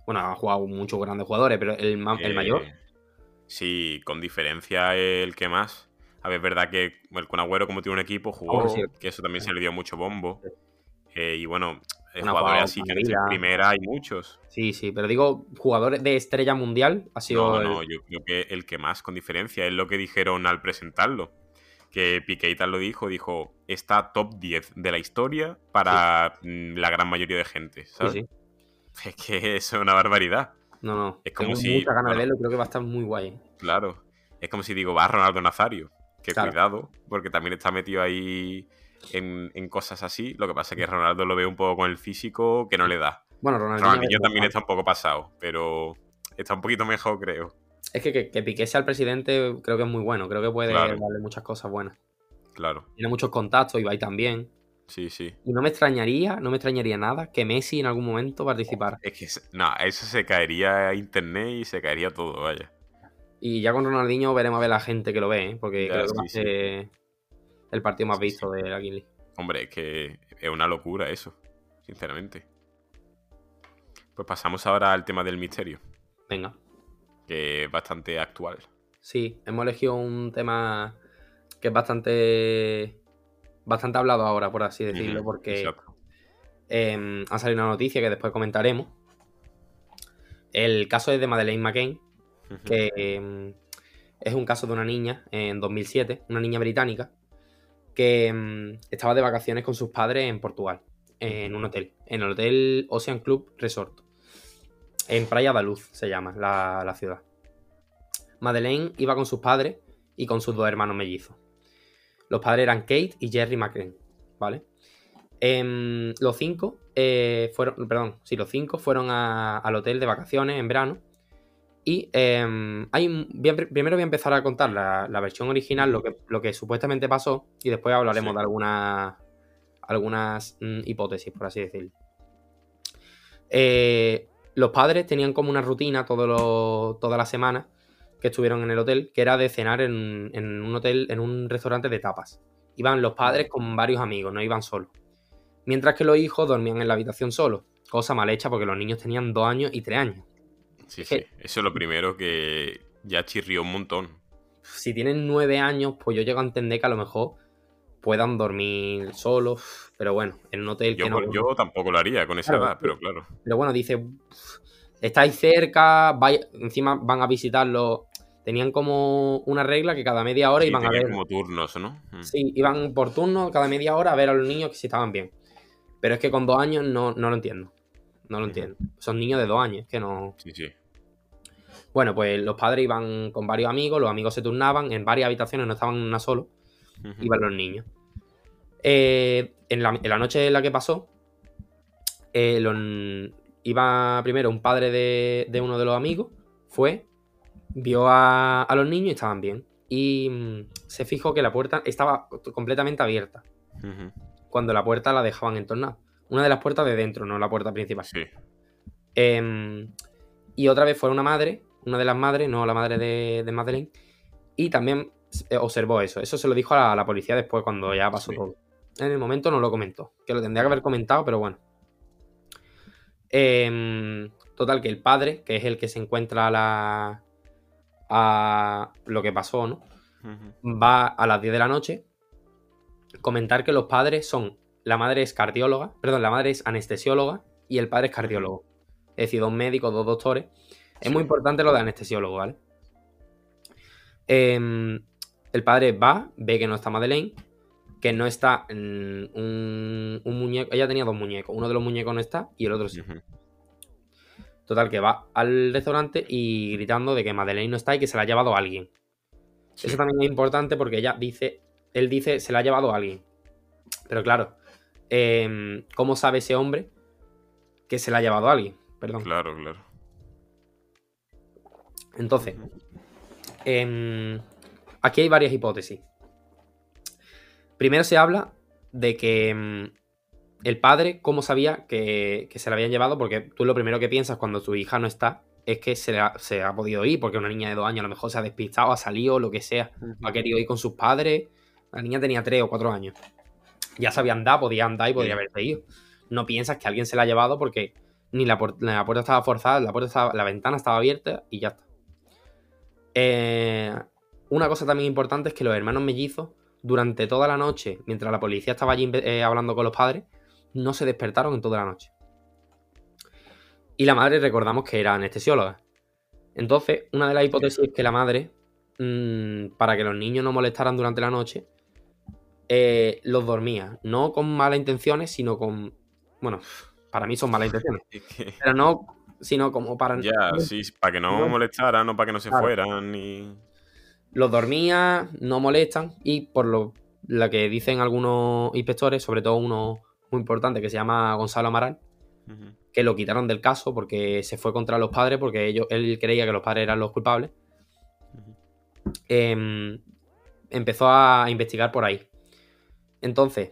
Bueno, ha jugado muchos grandes jugadores, pero el, ma- el mayor. Eh, sí, con diferencia el que más. A ver, es verdad que el Kun Agüero, como tiene un equipo, Ah, bueno, sí. jugó, que eso también se le dio mucho bombo. Eh, y bueno, eh, Bueno, ha jugadores jugado así que han hecho en Villa. primera hay muchos. Sí, sí, pero digo, jugadores de estrella mundial ha No, sido el. no, yo creo que el que más, con diferencia, es lo que dijeron al presentarlo. Que Piqué y tal lo dijo, dijo, está top diez de la historia Sí, para mm, la gran mayoría de gente, sí, ¿sabes? sí. Es que eso es una barbaridad. No, no. Es como Tengo si, muchas ganas de bueno, verlo y creo que va a estar muy guay. ¿Eh? claro, es como si digo, va Ronaldo Nazario. Que Claro. cuidado, porque también está metido ahí en, en cosas así. Lo que pasa es que Ronaldo lo ve un poco con el físico que no le da. Bueno, Ronaldinho Ronaldinho también veremos. está un poco pasado, pero está un poquito mejor, creo. Es que, que que Piqué sea el presidente creo que es muy bueno. Creo que puede Claro, darle muchas cosas buenas. claro. Tiene muchos contactos, Ibai también. Sí, sí. Y no me extrañaría, no me extrañaría nada que Messi en algún momento participara. Es que, se- no, eso se caería a internet y se caería todo, vaya. Y ya con Ronaldinho veremos a ver la gente que lo ve, ¿eh? Porque Ya, creo que va a sí, sí. ser el partido más Sí, sí. visto de la Kings League. Hombre, es que es una locura eso, sinceramente. Pues pasamos ahora al tema del misterio, Venga. que es bastante actual. Sí, hemos elegido un tema que es bastante bastante hablado ahora, por así decirlo, Ujú, porque exacto. eh, ha salido una noticia que después comentaremos. El caso es de Madeleine McCann, Ujú, que eh, es un caso de una niña en dos mil siete, una niña británica, que mm, estaba de vacaciones con sus padres en Portugal, en un hotel, en el Hotel Ocean Club Resort, en Praia da Luz se llama la, la ciudad. Madeleine iba con sus padres y con sus dos hermanos mellizos. Los padres eran Kate y Jerry McCann, ¿vale? Em, los cinco eh, fueron, perdón, sí, los cinco fueron a- al hotel de vacaciones en verano. Y em, hay, un- voy a- primero voy a empezar a contar la, la versión original, lo que, lo que supuestamente pasó, y después hablaremos sí, de algunas, algunas mm, hipótesis, por así decirlo. Eh, los padres tenían como una rutina todo lo- toda la semana que estuvieron en el hotel, que era de cenar en, en un hotel, en un restaurante de tapas. Iban los padres con varios amigos, no iban solos. Mientras que los hijos dormían en la habitación solos. Cosa mal hecha porque los niños tenían dos años y tres años. sí, Es sí. que Eso es lo primero que ya chirrió un montón. si tienen nueve años, pues yo llego a entender que a lo mejor puedan dormir solos. Pero bueno, en un hotel que Yo, no. por- yo tampoco lo haría con esa Claro, edad, pero claro. pero bueno, dice, "Uf, estáis cerca, vais, encima van a visitarlo". Tenían como una regla que cada media hora Sí, iban a tenían ver. como turnos, ¿no? Mm, Sí, iban por turno cada media hora a ver a los niños que si estaban bien. Pero es que con dos años no, no lo entiendo. No lo ujú, entiendo. Son niños de dos años, que no. sí, sí. Bueno, pues los padres iban con varios amigos, los amigos se turnaban, en varias habitaciones, no estaban en una solo, Ujú, iban los niños. Eh, en, la, en la noche en la que pasó, eh, los- iba primero un padre de, de uno de los amigos, fue, vio a, a los niños y estaban bien. Y mm, se fijó que la puerta estaba completamente abierta, ujú, cuando la puerta la dejaban entornada. Una de las puertas de dentro, no la puerta principal. sí. Em, y otra vez fue una madre, una de las madres, no la madre de, de Madeleine, y también eh, observó eso. Eso se lo dijo a la, a la policía después, cuando ya pasó Sí. todo. En el momento no lo comentó, que lo tendría que haber comentado, pero bueno. Em, total, que el padre, que es el que se encuentra a la. A lo que pasó, ¿no? Ujú, Va a las diez de la noche comentar que los padres son. La madre es cardióloga, perdón, la madre es anestesióloga y el padre es cardiólogo. Es decir, dos médicos, dos doctores. Es sí. muy importante lo de anestesiólogo, ¿vale? Em, el padre va, ve que no está Madeleine, que no está mm, un, un muñeco. Ella tenía dos muñecos. Uno de los muñecos no está y el otro sí. Ujú, Total, que va al restaurante y gritando de que Madeleine no está y que se la ha llevado alguien. sí. Eso también es importante porque ella dice, él dice, se la ha llevado alguien. Pero claro, em, ¿cómo sabe ese hombre que se la ha llevado alguien? Perdón. Claro, claro. Entonces, Ujú, em, aquí hay varias hipótesis. Primero se habla de que em, el padre, ¿cómo sabía que, que se la habían llevado? Porque tú lo primero que piensas cuando tu hija no está es que se, le ha, se ha podido ir, porque una niña de dos años a lo mejor se ha despistado, ha salido, lo que sea, ujú, ha querido ir con sus padres. La niña tenía tres o cuatro años. Ya sabía andar, podía andar y podía sí. haberse ido. No piensas que alguien se la ha llevado porque ni la, puer- la puerta estaba forzada, la, puerta estaba, la ventana estaba abierta y ya está. Eh, una cosa también importante es que los hermanos mellizos, durante toda la noche, mientras la policía estaba allí eh, hablando con los padres, no se despertaron en toda la noche. Y la madre, recordamos que era anestesióloga. Entonces, una de las hipótesis es que la madre, mmm, para que los niños no molestaran durante la noche, eh, los dormía. No con malas intenciones, sino con... Bueno, para mí son malas intenciones. Es que, Pero no, sino como para... ya, sí, para que no no- molestaran, no para que no se claro. fueran, ni... Los dormía, no molestan, y por lo, lo que dicen algunos inspectores, sobre todo uno muy importante que se llama Gonzalo Amaral, Ujú. que lo quitaron del caso porque se fue contra los padres, porque ellos, él creía que los padres eran los culpables, Ujú. eh, empezó a investigar por ahí. Entonces,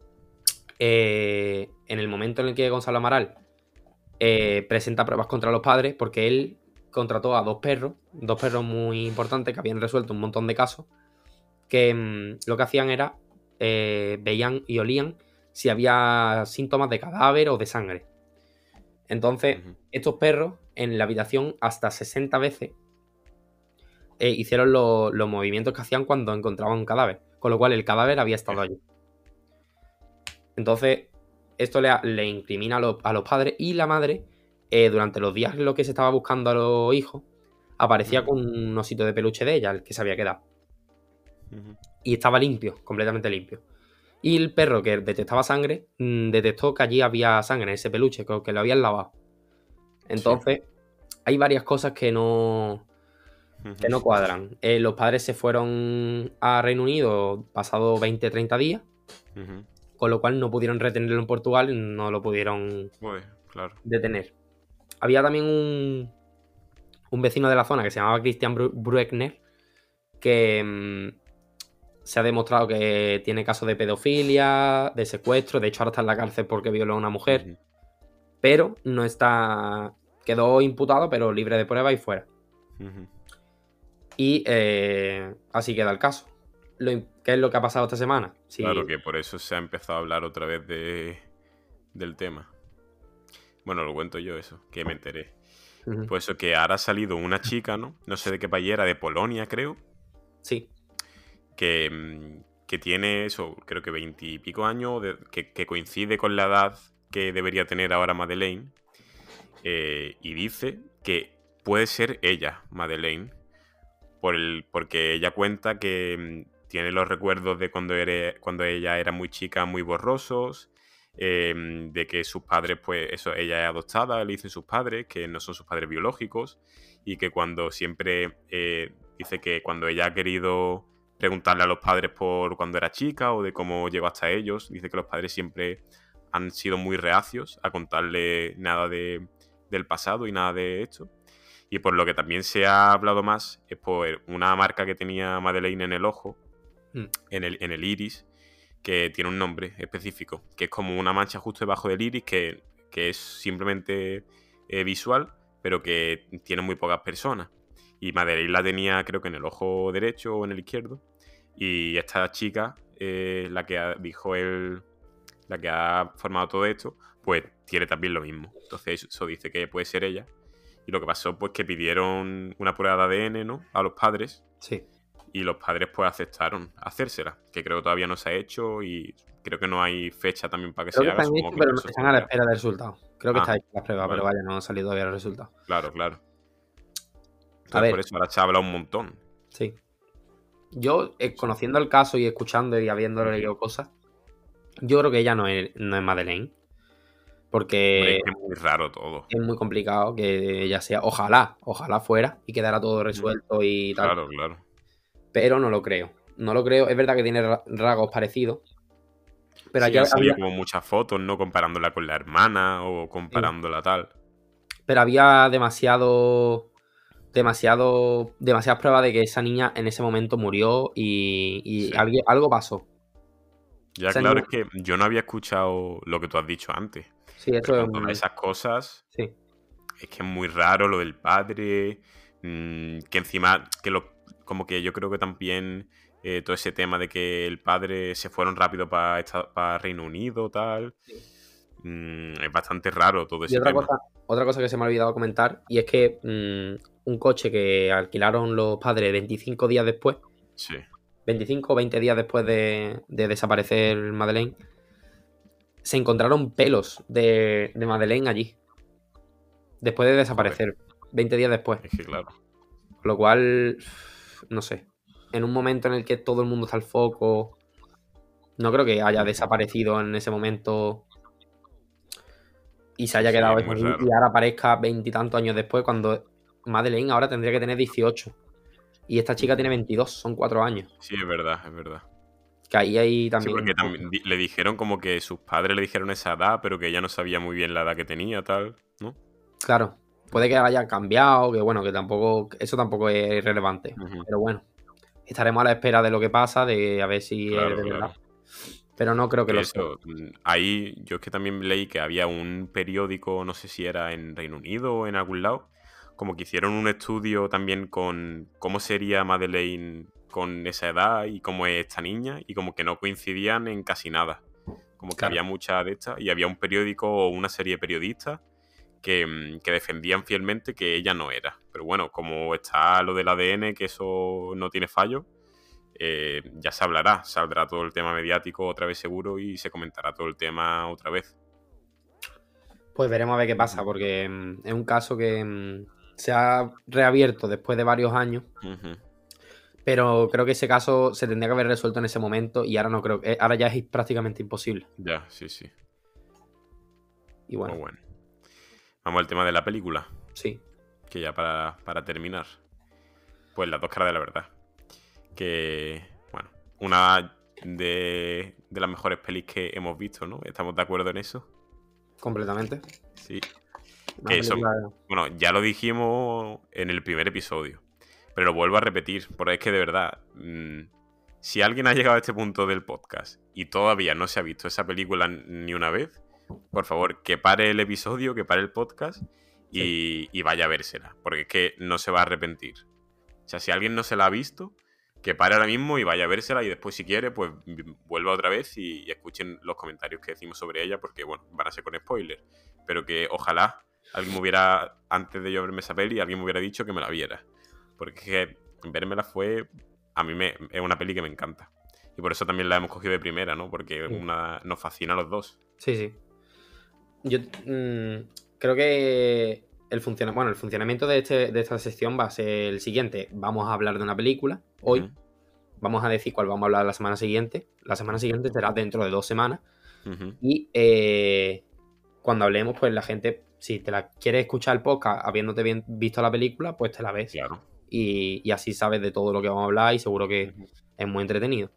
eh, en el momento en el que Gonzalo Amaral eh, presenta pruebas contra los padres, porque él contrató a dos perros, dos perros muy importantes que habían resuelto un montón de casos, que mmm, lo que hacían era, eh, veían y olían si había síntomas de cadáver o de sangre. Entonces, Ujú. estos perros en la habitación hasta sesenta veces eh, hicieron lo- los movimientos que hacían cuando encontraban un cadáver, con lo cual el cadáver había estado allí. Entonces, esto le, le incrimina a los, a los padres, y la madre, eh, durante los días en los que se estaba buscando a los hijos, aparecía Ujú. con un osito de peluche de ella, el que se había quedado. Ujú. Y estaba limpio, completamente limpio. Y el perro que detectaba sangre, mmm, detectó que allí había sangre en ese peluche, que, que lo habían lavado. Entonces, hay varias cosas que no, que Ujú. no cuadran. Eh, los padres se fueron a Reino Unido pasado veinte treinta días, Ujú. con lo cual no pudieron retenerlo en Portugal y no lo pudieron Pues, claro. detener. Había también un, un vecino de la zona que se llamaba Christian Bru- Bruckner, que mmm, se ha demostrado que tiene casos de pedofilia, de secuestro, de hecho ahora está en la cárcel porque violó a una mujer, Ujú. pero no está... Quedó imputado, pero libre de prueba y fuera. Ujú. Y eh, así queda el caso. Lo, ¿Qué es lo que ha pasado esta semana? Claro Sí. que por eso se ha empezado a hablar otra vez de, del tema. Bueno, lo cuento yo eso, que me enteré. Ujú. Pues eso, que ahora ha salido una chica, ¿no? No sé de qué país era, de Polonia, creo, Sí. que, mm, que tiene eso, creo que veintipico años, de- que, que coincide con la edad que debería tener ahora Madeleine, eh, y dice que puede ser ella, Madeleine, por el, porque ella cuenta que mm, tiene los recuerdos de cuando, era, cuando ella era muy chica muy borrosos, eh, de que sus padres, pues eso, ella es adoptada, le dicen sus padres, que no son sus padres biológicos, y que cuando siempre, eh, dice que cuando ella ha querido preguntarle a los padres por cuando era chica o de cómo llegó hasta ellos, dice que los padres siempre han sido muy reacios a contarle nada de, del pasado y nada de esto. Y por lo que también se ha hablado más es por una marca que tenía Madeleine en el ojo, Mm. en el, en el iris, que tiene un nombre específico, que es como una mancha justo debajo del iris que, que es simplemente eh, visual, pero que tiene muy pocas personas. Y Madeleine la tenía creo que en el ojo derecho o en el izquierdo. Y esta chica, eh, la que ha- dijo él, la que ha formado todo esto, pues tiene también lo mismo. Entonces eso dice que puede ser ella. Y lo que pasó, pues, que pidieron una prueba de A D N, ¿no? A los padres. Sí. Y los padres, pues, aceptaron hacérsela. Que creo que todavía no se ha hecho y creo que no hay fecha también para que Creo se que haga. están Supongo hechos, que pero por no- eso están a la saldrá. espera del resultado. Creo que está Ah, hecha la prueba, pero vale. vaya, no ha salido todavía el resultado. Claro, claro. A Entonces, ver, por eso ahora se ha hablado un montón. sí. Yo, eh, Sí. conociendo el caso y escuchando y habiendo Ujú. leído cosas, yo creo que ella no es, no es Madeleine. Hombre, es Porque que es muy raro todo. es muy complicado que ella sea. Ojalá, ojalá fuera y quedara todo Ujú. resuelto y tal. Claro, claro. Pero no lo creo. No lo creo. Es verdad que tiene ra- rasgos parecidos. Pero Sí, aquí han salido había, como muchas fotos, ¿no? Comparándola con la hermana o sí, comparándola tal. pero había demasiado, demasiado, demasiadas pruebas de que esa niña en ese momento murió y, y Sí. alguien- algo pasó. Ya, Esa claro, niña, es que yo no había escuchado lo que tú has dicho antes. sí, Pero eso es con todas un- esas cosas, sí, es que es muy raro lo del padre. mmm, que encima, que lo, como que yo creo que también eh, todo ese tema de que el padre se fueron rápido para Reino Unido, tal. sí. mmm, es bastante raro todo ese Y otra tema. cosa, otra cosa que se me ha olvidado comentar, y es que mmm, un coche que alquilaron los padres veinticinco días después, Sí. veinticinco o veinte días después de, de desaparecer Madeleine, se encontraron pelos de, de Madeleine allí. Después de desaparecer, Joder, veinte días después. es que claro. Con lo cual, no sé, en un momento en el que todo el mundo está al foco, no creo que haya Ujú. desaparecido en ese momento y se Sí, haya sí, quedado es eso muy ahí, raro. y ahora aparezca veintitantos años después, cuando Madeleine ahora tendría que tener dieciocho y esta chica Ujú. tiene veintidós, son cuatro años. Sí, es verdad, es verdad. Que ahí hay Sí, también un porque poco. también di- le dijeron como que sus padres le dijeron esa edad, pero que ella no sabía muy bien la edad que tenía, tal, ¿no? Claro, puede que haya cambiado, que bueno, que tampoco, eso tampoco es relevante. Ujú. Pero bueno, estaremos a la espera de lo que pasa, de a ver si es Claro, de verdad. claro. Pero no creo que Que lo sea. eso, mm, ahí yo es que también leí que había un periódico, no sé si era en Reino Unido o en algún lado, como que hicieron un estudio también con cómo sería Madeleine con esa edad y cómo es esta niña, y como que no coincidían en casi nada. Como que Claro. había muchas de estas, y había un periódico o una serie de periodistas que, mm, que defendían fielmente que ella no era. Pero bueno, como está lo del A D N, que eso no tiene fallo, eh, ya se hablará, saldrá todo el tema mediático otra vez seguro y se comentará todo el tema otra vez. Pues veremos a ver qué pasa, Ujú, porque mm, es un caso que mm, se ha reabierto después de varios años, ujú. pero creo que ese caso se tendría que haber resuelto en ese momento y ahora no creo, eh, ahora ya es prácticamente imposible. Ya, sí, sí. Y Pues bueno, bueno. Vamos al tema de la película, sí, que ya para, para terminar. Pues las dos caras de la verdad. Que, bueno, una de, de las mejores pelis que hemos visto, ¿no? ¿Estamos de acuerdo en eso? completamente. Sí. Una Que eso, película, bueno, ya lo dijimos en el primer episodio, pero lo vuelvo a repetir, porque es que de verdad, mmm, si alguien ha llegado a este punto del podcast y todavía no se ha visto esa película ni una vez, por favor, que pare el episodio, que pare el podcast sí, y, y vaya a vérsela, porque es que no se va a arrepentir. O sea, si alguien no se la ha visto, que pare ahora mismo y vaya a vérsela, y después si quiere, pues v- vuelva otra vez y, y escuchen los comentarios que decimos sobre ella, porque bueno, van a ser con spoilers, pero que ojalá alguien me hubiera, antes de yo verme esa peli, alguien me hubiera dicho que me la viera, porque es que vérmela fue, a mí me, es una peli que me encanta. Y por eso también la hemos cogido de primera, ¿no? Porque sí, una, nos fascina a los dos. sí, sí. Yo mm, creo que el, funciona, bueno, el funcionamiento de, este, de esta sección va a ser el siguiente. Vamos a hablar de una película hoy, Ujú, vamos a decir cuál vamos a hablar la semana siguiente. La semana siguiente será dentro de dos semanas. ujú. Y eh, cuando hablemos, pues la gente, si te la quieres escuchar el podcast habiéndote bien visto la película, pues te la ves. Claro. Y, y así sabes de todo lo que vamos a hablar y seguro que Ujú. es muy entretenido.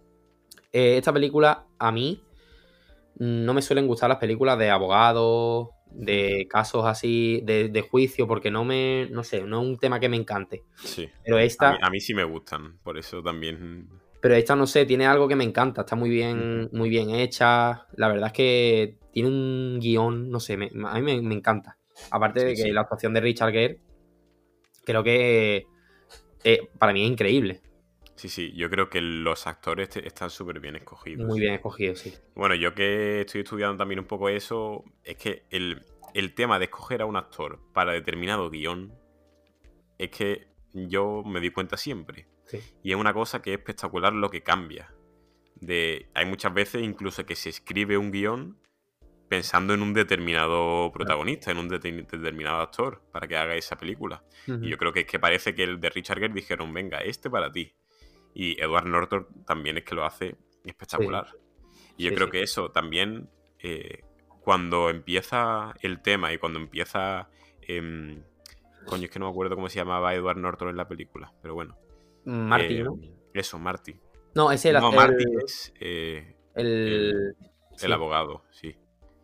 Eh, esta película, a mí, no me suelen gustar las películas de abogados, de casos así, de, de juicio, porque no me, no sé, no es un tema que me encante. Sí. Pero A mí, esta, a mí sí me gustan, por eso también. pero esta, no sé, tiene algo que me encanta, está muy Ujú. bien, muy bien hecha. La verdad es que tiene un guión, no sé, me- a mí me, me encanta. Aparte Sí, de que sí. la actuación de Richard Gere, creo que eh, para mí es increíble. Sí, sí, yo creo que los actores te- están súper bien Muy escogidos. bien escogido, sí. Bueno, yo que estoy estudiando también un poco eso, es que el, el tema de escoger a un actor para determinado guión, es que yo me di cuenta siempre. Sí, Y es una cosa que es espectacular lo que cambia. De, hay muchas veces incluso que se escribe un guión pensando en un determinado claro. protagonista, en un deter- determinado actor, para que haga esa película. Y Ujú. yo creo que es que parece que el de Richard Gere dijeron, venga, este para ti. Y Edward Norton también es que lo hace Sí, espectacular. Y yo sí, creo sí. que eso también, eh, cuando empieza el tema y cuando empieza... em, coño, es que no me acuerdo cómo se llamaba Edward Norton en la película, pero bueno. Martin, em, ¿no? eso, Marty. No, es el, No, Marty el, es eh, el, el- el sí, abogado, sí.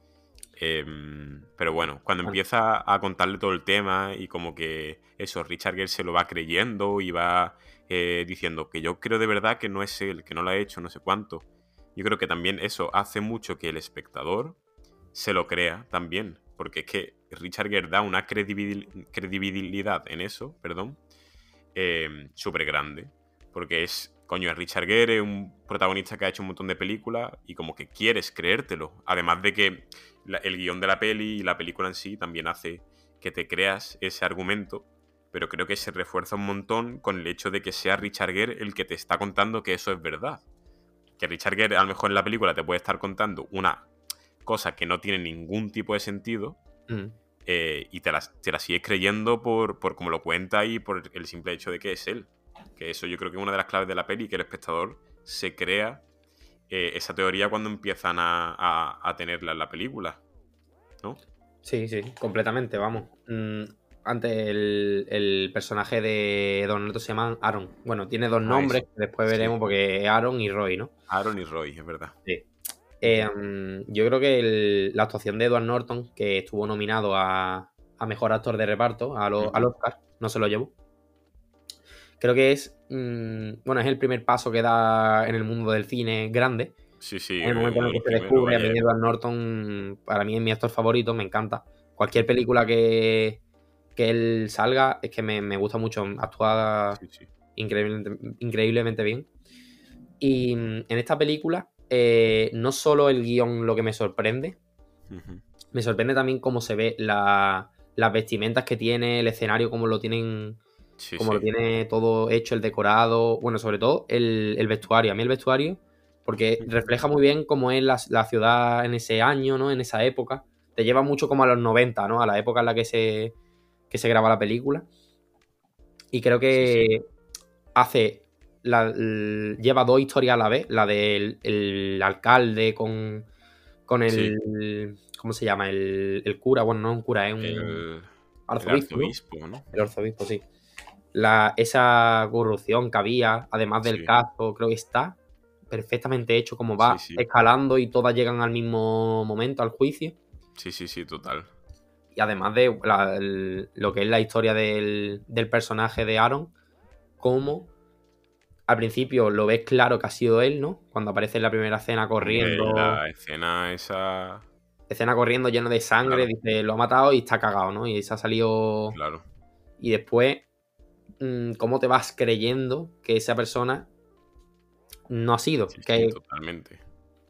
Em, pero bueno, cuando vale. empieza a contarle todo el tema y como que eso, Richard Gere se lo va creyendo y va eh, diciendo que yo creo de verdad que no es él, que no lo ha hecho, no sé cuánto. Yo creo que también eso hace mucho que el espectador se lo crea también, porque es que Richard Gere da una credibil- credibilidad en eso, perdón, eh, súper grande. Porque es, coño, es Richard Gere, un protagonista que ha hecho un montón de películas y como que quieres creértelo. Además de que la- el guión de la peli y la película en sí también hace que te creas ese argumento, pero creo que se refuerza un montón con el hecho de que sea Richard Gere el que te está contando que eso es verdad. Que Richard Gere a lo mejor en la película te puede estar contando una cosa que no tiene ningún tipo de sentido, Mm. eh, y te la, te la sigues creyendo por, por cómo lo cuenta y por el simple hecho de que es él. Que eso yo creo que es una de las claves de la peli, que el espectador se crea eh, esa teoría cuando empiezan a, a, a tenerla en la película, ¿no? Sí, sí, completamente, vamos. Mm, antes el, el personaje de Don Norton se llama Aaron. Bueno, tiene dos Ah, nombres eso. que después Sí. veremos porque es Aaron y Roy, ¿no? Aaron y Roy, es verdad. Sí. Eh, mm, yo creo que el- la actuación de Edward Norton, que estuvo nominado a, a Mejor Actor de Reparto, a lo- Ujú. al Oscar, no se lo llevó. Creo que es, mm, bueno, es el primer paso que da en el mundo del cine grande. Sí, sí, En el momento en uno el de que los se primeros, descubre, a mí vaya. Edward Norton, para mí es mi actor favorito, me encanta. Cualquier película que, que él salga, es que me, me gusta mucho, actúa Sí, sí. increíblemente, increíblemente bien. Y mm, en esta película, eh, no solo el guión lo que me sorprende, Ujú. me sorprende también cómo se ve la- las vestimentas que tiene, el escenario, cómo lo tienen, Sí, cómo lo sí. tiene todo hecho, el decorado, bueno, sobre todo el, el vestuario. A mí el vestuario, porque Ujú. refleja muy bien cómo es la, la ciudad en ese año, ¿no? En esa época. Te lleva mucho como a los noventa, ¿no? A la época en la que se, que se graba la película. Y creo Sí, sí. que hace la- l- lleva dos historias a la vez, la del el alcalde con, con Sí. el, ¿cómo se llama? El, el cura, bueno, no es un cura, es un El, el arzobispo, ¿no? arzobispo, ¿no? El arzobispo, sí. La, esa corrupción que había, además del Sí, caso, creo que está perfectamente hecho, como sí, va sí. escalando y todas llegan al mismo momento, al juicio. Sí, sí, sí, total. Y además de la- el- lo que es la historia del, del personaje de Aaron, como al principio lo ves claro que ha sido él, ¿no? Cuando aparece en la primera escena Hombre, corriendo, la escena esa... escena corriendo lleno de sangre, Claro, dice, lo ha matado y está cagado, ¿no? Y se ha salido. claro. Y después, mm, ¿cómo te vas creyendo que esa persona no ha sido? Sí, sí, Que, totalmente.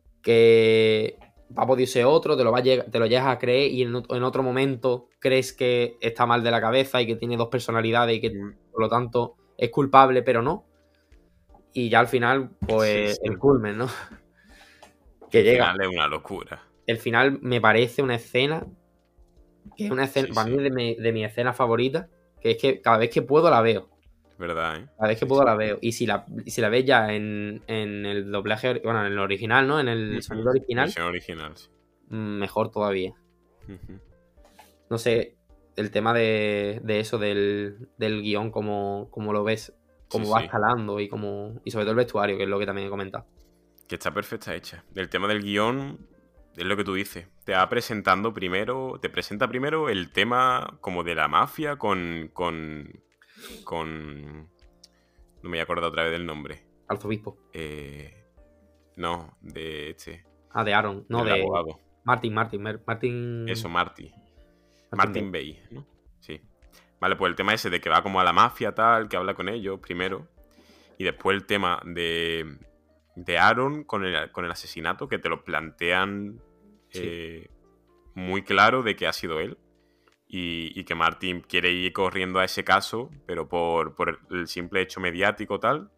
que ha podido ser otro, te lo, va a lleg- te lo llegas a creer y en, ot- en otro momento crees que está mal de la cabeza y que tiene dos personalidades y que Mm. por lo tanto es culpable, pero no. Y ya al final, Sí, pues sí. el culmen, ¿no? Que El llega. final es una locura. El final me parece una escena que es una escena, Sí, para sí. mí, de mi, de mi escena favorita, que es que cada vez que puedo la veo. Es verdad, ¿eh? Cada vez que Sí, puedo sí. la veo. Y si la, y si la ves ya en, en el doblaje, ori- bueno, en el original, ¿no? En el Ujú. sonido original, Versión original, sí. mm, mejor todavía. Ujú. No sé, el tema de, de eso, del, del guión, cómo, cómo lo ves, cómo Sí, va sí. escalando y cómo. Y sobre todo el vestuario, que es lo que también he comentado. Que está perfecta hecha. El tema del guión es lo que tú dices. Te va presentando primero, te presenta primero el tema como de la mafia con, con, con, no me voy a acordar otra vez del nombre. Arzobispo. Eh, no, de este, Ah, de Aaron, no, del de abogado. Martin, Martin, Mer- Martin. Eso, Marty. Martin Martin Bay, ¿no? Sí. Vale, pues el tema ese de que va como a la mafia, tal, que habla con ellos primero. Y después el tema de, de Aaron con el, con el asesinato, que te lo plantean Sí. eh, muy claro de que ha sido él. Y, y que Martin quiere ir corriendo a ese caso, pero por, por el simple hecho mediático, tal.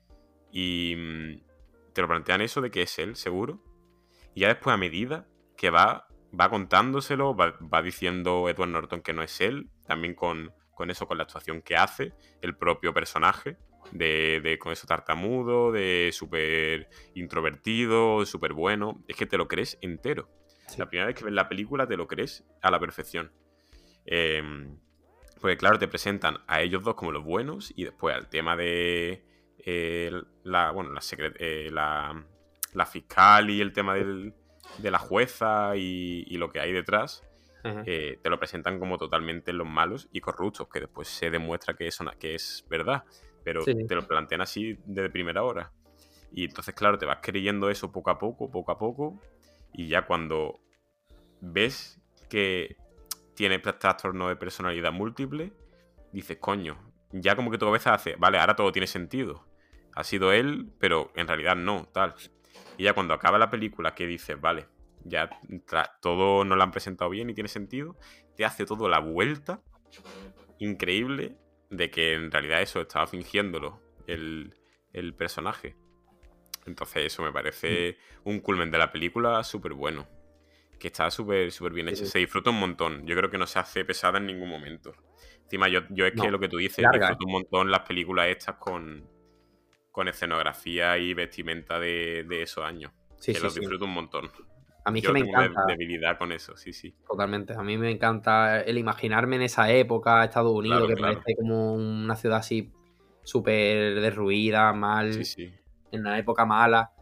Y mm, te lo plantean eso de que es él, seguro. Y ya después, a medida que va, va contándoselo, va, va diciendo Edward Norton que no es él, también con, con eso, con la actuación que hace el propio personaje, de, de con eso tartamudo, de súper introvertido, súper bueno. Es que te lo crees entero. Sí. La primera vez que ves la película te lo crees a la perfección. Eh, porque claro, te presentan a ellos dos como los buenos y después al tema de eh, la, bueno, la, secret, eh, la, la fiscal y el tema del, de la jueza y, y lo que hay detrás, Ajá. eh, te lo presentan como totalmente los malos y corruptos, que después se demuestra que eso, que es verdad, pero Sí, sí. te lo plantean así desde primera hora. Y entonces, claro, te vas creyendo eso poco a poco, poco a poco, y ya cuando ves que tiene trastorno de personalidad múltiple, dices, coño, ya como que tu cabeza hace, vale, ahora todo tiene sentido. Ha sido él, pero en realidad no, tal. Y ya cuando acaba la película, que dices, vale, ya tra- todo nos lo han presentado bien y tiene sentido, te hace todo la vuelta increíble de que en realidad eso estaba fingiéndolo el, el personaje. Entonces eso me parece un culmen de la película súper bueno. Que está súper súper bien hecha. Sí, sí. Se disfruta un montón. Yo creo que no se hace pesada en ningún momento. Encima, yo, yo es que No, lo que tú dices, larga, ¿eh? disfruto un montón las películas estas con, con escenografía y vestimenta de, de esos años. Sí, Que sí, los sí. disfruto un montón. A mí es que Yo me tengo una encanta, debilidad con eso, sí, sí. totalmente. A mí me encanta el imaginarme en esa época, Estados Unidos, Claro, que claro. parece como una ciudad así súper derruida, Sí, mal, sí. en una época mala.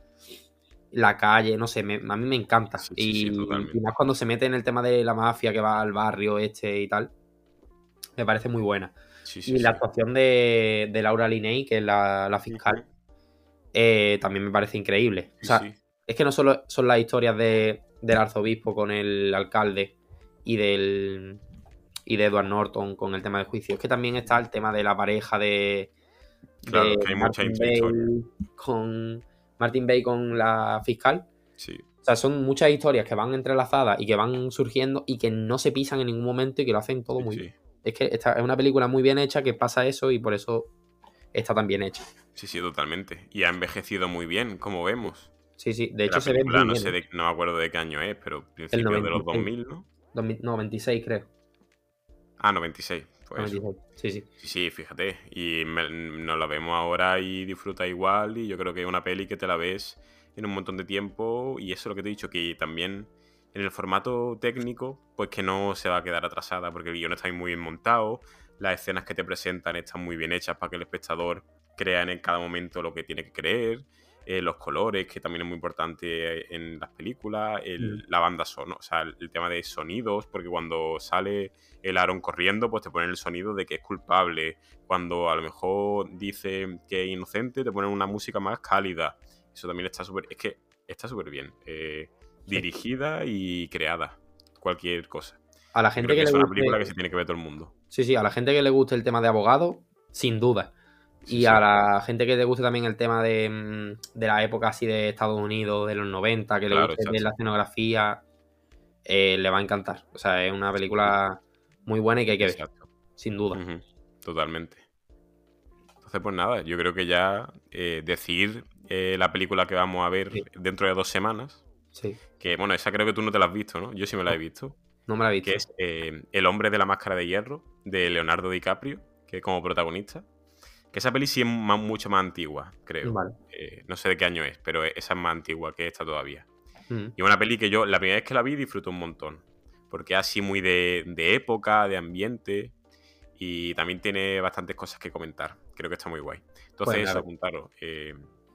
La calle, no sé, me- a mí me encanta. Sí, sí, sí, Y, y más totalmente. cuando se mete en el tema de la mafia que va al barrio este y tal, me parece muy buena. Sí, sí, Y la sí. actuación de, de Laura Linney, que es la, la fiscal, Ujú. eh, también me parece increíble. O Sí, sea, sí. es que no solo son las historias de, del arzobispo con el alcalde y del y de Edward Norton con el tema del juicio, es que también está el tema de la pareja de, de Claro, que hay mucha Martin intrahistoria. Bale con Martin Bale con la fiscal. Sí, O sea, son muchas historias que van entrelazadas y que van surgiendo y que no se pisan en ningún momento y que lo hacen todo sí, muy bien. sí. Es que esta es una película muy bien hecha que pasa eso y por eso está tan bien hecha. Sí, sí, totalmente. Y ha envejecido muy bien, como vemos. Sí, sí. De Que hecho, la se ve película muy no bien, sé ¿eh? de, no me acuerdo de qué año es, pero El principios de noventa los y dos seis mil, ¿no? dos mil no, veintiséis creo. Ah, noventa y seis, pues eso. noventa y seis. Sí, sí. Sí, sí, fíjate. Y me- nos la vemos ahora y disfruta igual. Y yo creo que es una peli que te la ves en un montón de tiempo. Y eso es lo que te he dicho, que también en el formato técnico, pues que no se va a quedar atrasada, porque el guion está muy bien montado. Las escenas que te presentan están muy bien hechas para que el espectador crea en cada momento lo que tiene que creer. Eh, los colores, que también es muy importante en las películas. Mm. El- la banda sonora, o sea, el, el tema de sonidos, porque cuando sale el Aaron corriendo, pues te ponen el sonido de que es culpable. Cuando a lo mejor dice que es inocente, te ponen una música más cálida. Eso también está súper... Es que está súper bien. eh, Sí. dirigida y creada. Cualquier cosa. A la Yo gente creo que que le es una guste, película que se tiene que ver todo el mundo. sí, sí, a la gente que le guste el tema de abogado, sin duda. Sí, Y a sí. la gente que le guste también el tema de, mm, de la época así de Estados Unidos, de los noventa, que le Claro, guste ver exacto. la escenografía, eh, le va a encantar. O sea, es una película muy buena y que hay que ver, Exacto. sin duda. Ujú, totalmente. Entonces, pues nada, yo creo que ya eh, decir eh, la película que vamos a ver Sí, dentro de dos semanas, sí. que bueno, esa creo que tú no te la has visto, ¿no? Yo sí me la he No, visto. no me la he Que visto. es eh, El hombre de la máscara de hierro, de Leonardo DiCaprio, que como protagonista. Que esa peli sí es más- mucho más antigua, creo. Vale. Eh, no sé de qué año es, pero esa es más antigua que esta todavía. Mm, Y una peli que yo, la primera vez que la vi, disfruté un montón. Porque es así muy de, de época, de ambiente. Y también tiene bastantes cosas que comentar. Creo que está muy guay. Pues Entonces, eso, nada, apuntaros. eh,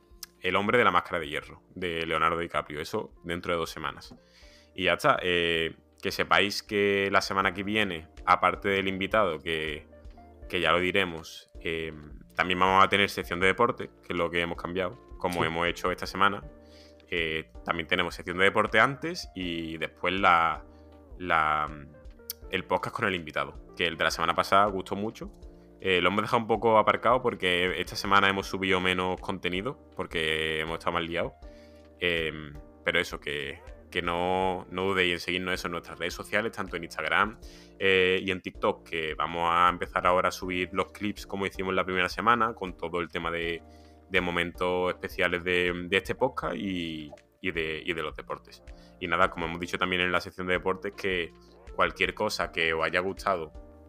El hombre de la máscara de hierro, de Leonardo DiCaprio. Eso dentro de dos semanas. Y ya está. eh, que sepáis que la semana que viene, aparte del invitado, que, que ya lo diremos, eh, también vamos a tener sección de deporte, que es lo que hemos cambiado, como sí. hemos hecho esta semana. Eh, también tenemos sección de deporte antes y después la, la, el podcast con el invitado, que el de la semana pasada gustó mucho. Eh, lo hemos dejado un poco aparcado porque esta semana hemos subido menos contenido, porque hemos estado más liados. Eh, pero eso, que, que no, no dudéis en seguirnos eso en nuestras redes sociales, tanto en Instagram eh, y en TikTok, que vamos a empezar ahora a subir los clips como hicimos la primera semana, con todo el tema de, de momentos especiales de, de este podcast y, y, de, y de los deportes. Y nada, como hemos dicho también en la sección de deportes, que cualquier cosa que os haya gustado,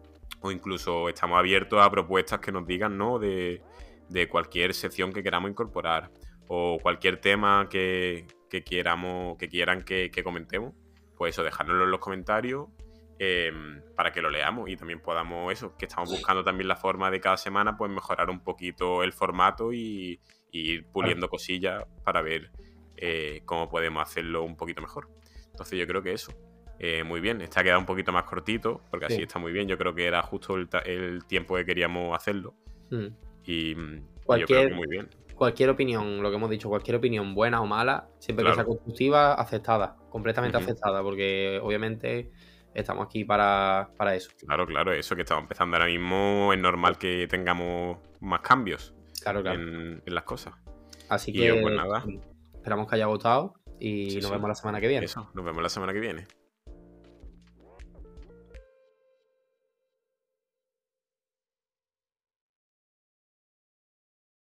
o incluso estamos abiertos a propuestas que nos digan, ¿no? De, de cualquier sección que queramos incorporar o cualquier tema que, que quieramos, que quieran que, que comentemos, pues eso, dejárnoslo en los comentarios eh, para que lo leamos y también podamos, eso, que estamos buscando también la forma de cada semana, pues mejorar un poquito el formato y, y ir puliendo cosillas para ver eh, cómo podemos hacerlo un poquito mejor. Entonces yo creo que eso. Eh, muy bien, este ha quedado un poquito más cortito, porque así Sí. está muy bien. Yo creo que era justo el, ta- el tiempo que queríamos hacerlo. Mm. Y, y yo creo que Cualquier, muy bien. cualquier opinión, lo que hemos dicho, cualquier opinión buena o mala, siempre que sea Claro. constructiva, aceptada, completamente Ujú. aceptada, porque obviamente estamos aquí para, para eso. Claro, claro, eso que estamos empezando ahora mismo, es normal que tengamos más cambios Claro, claro. en, en las cosas. Así Y yo, pues que nada, esperamos que haya gustado y Sí, nos sí. vemos la semana que viene. Eso, nos vemos la semana que viene.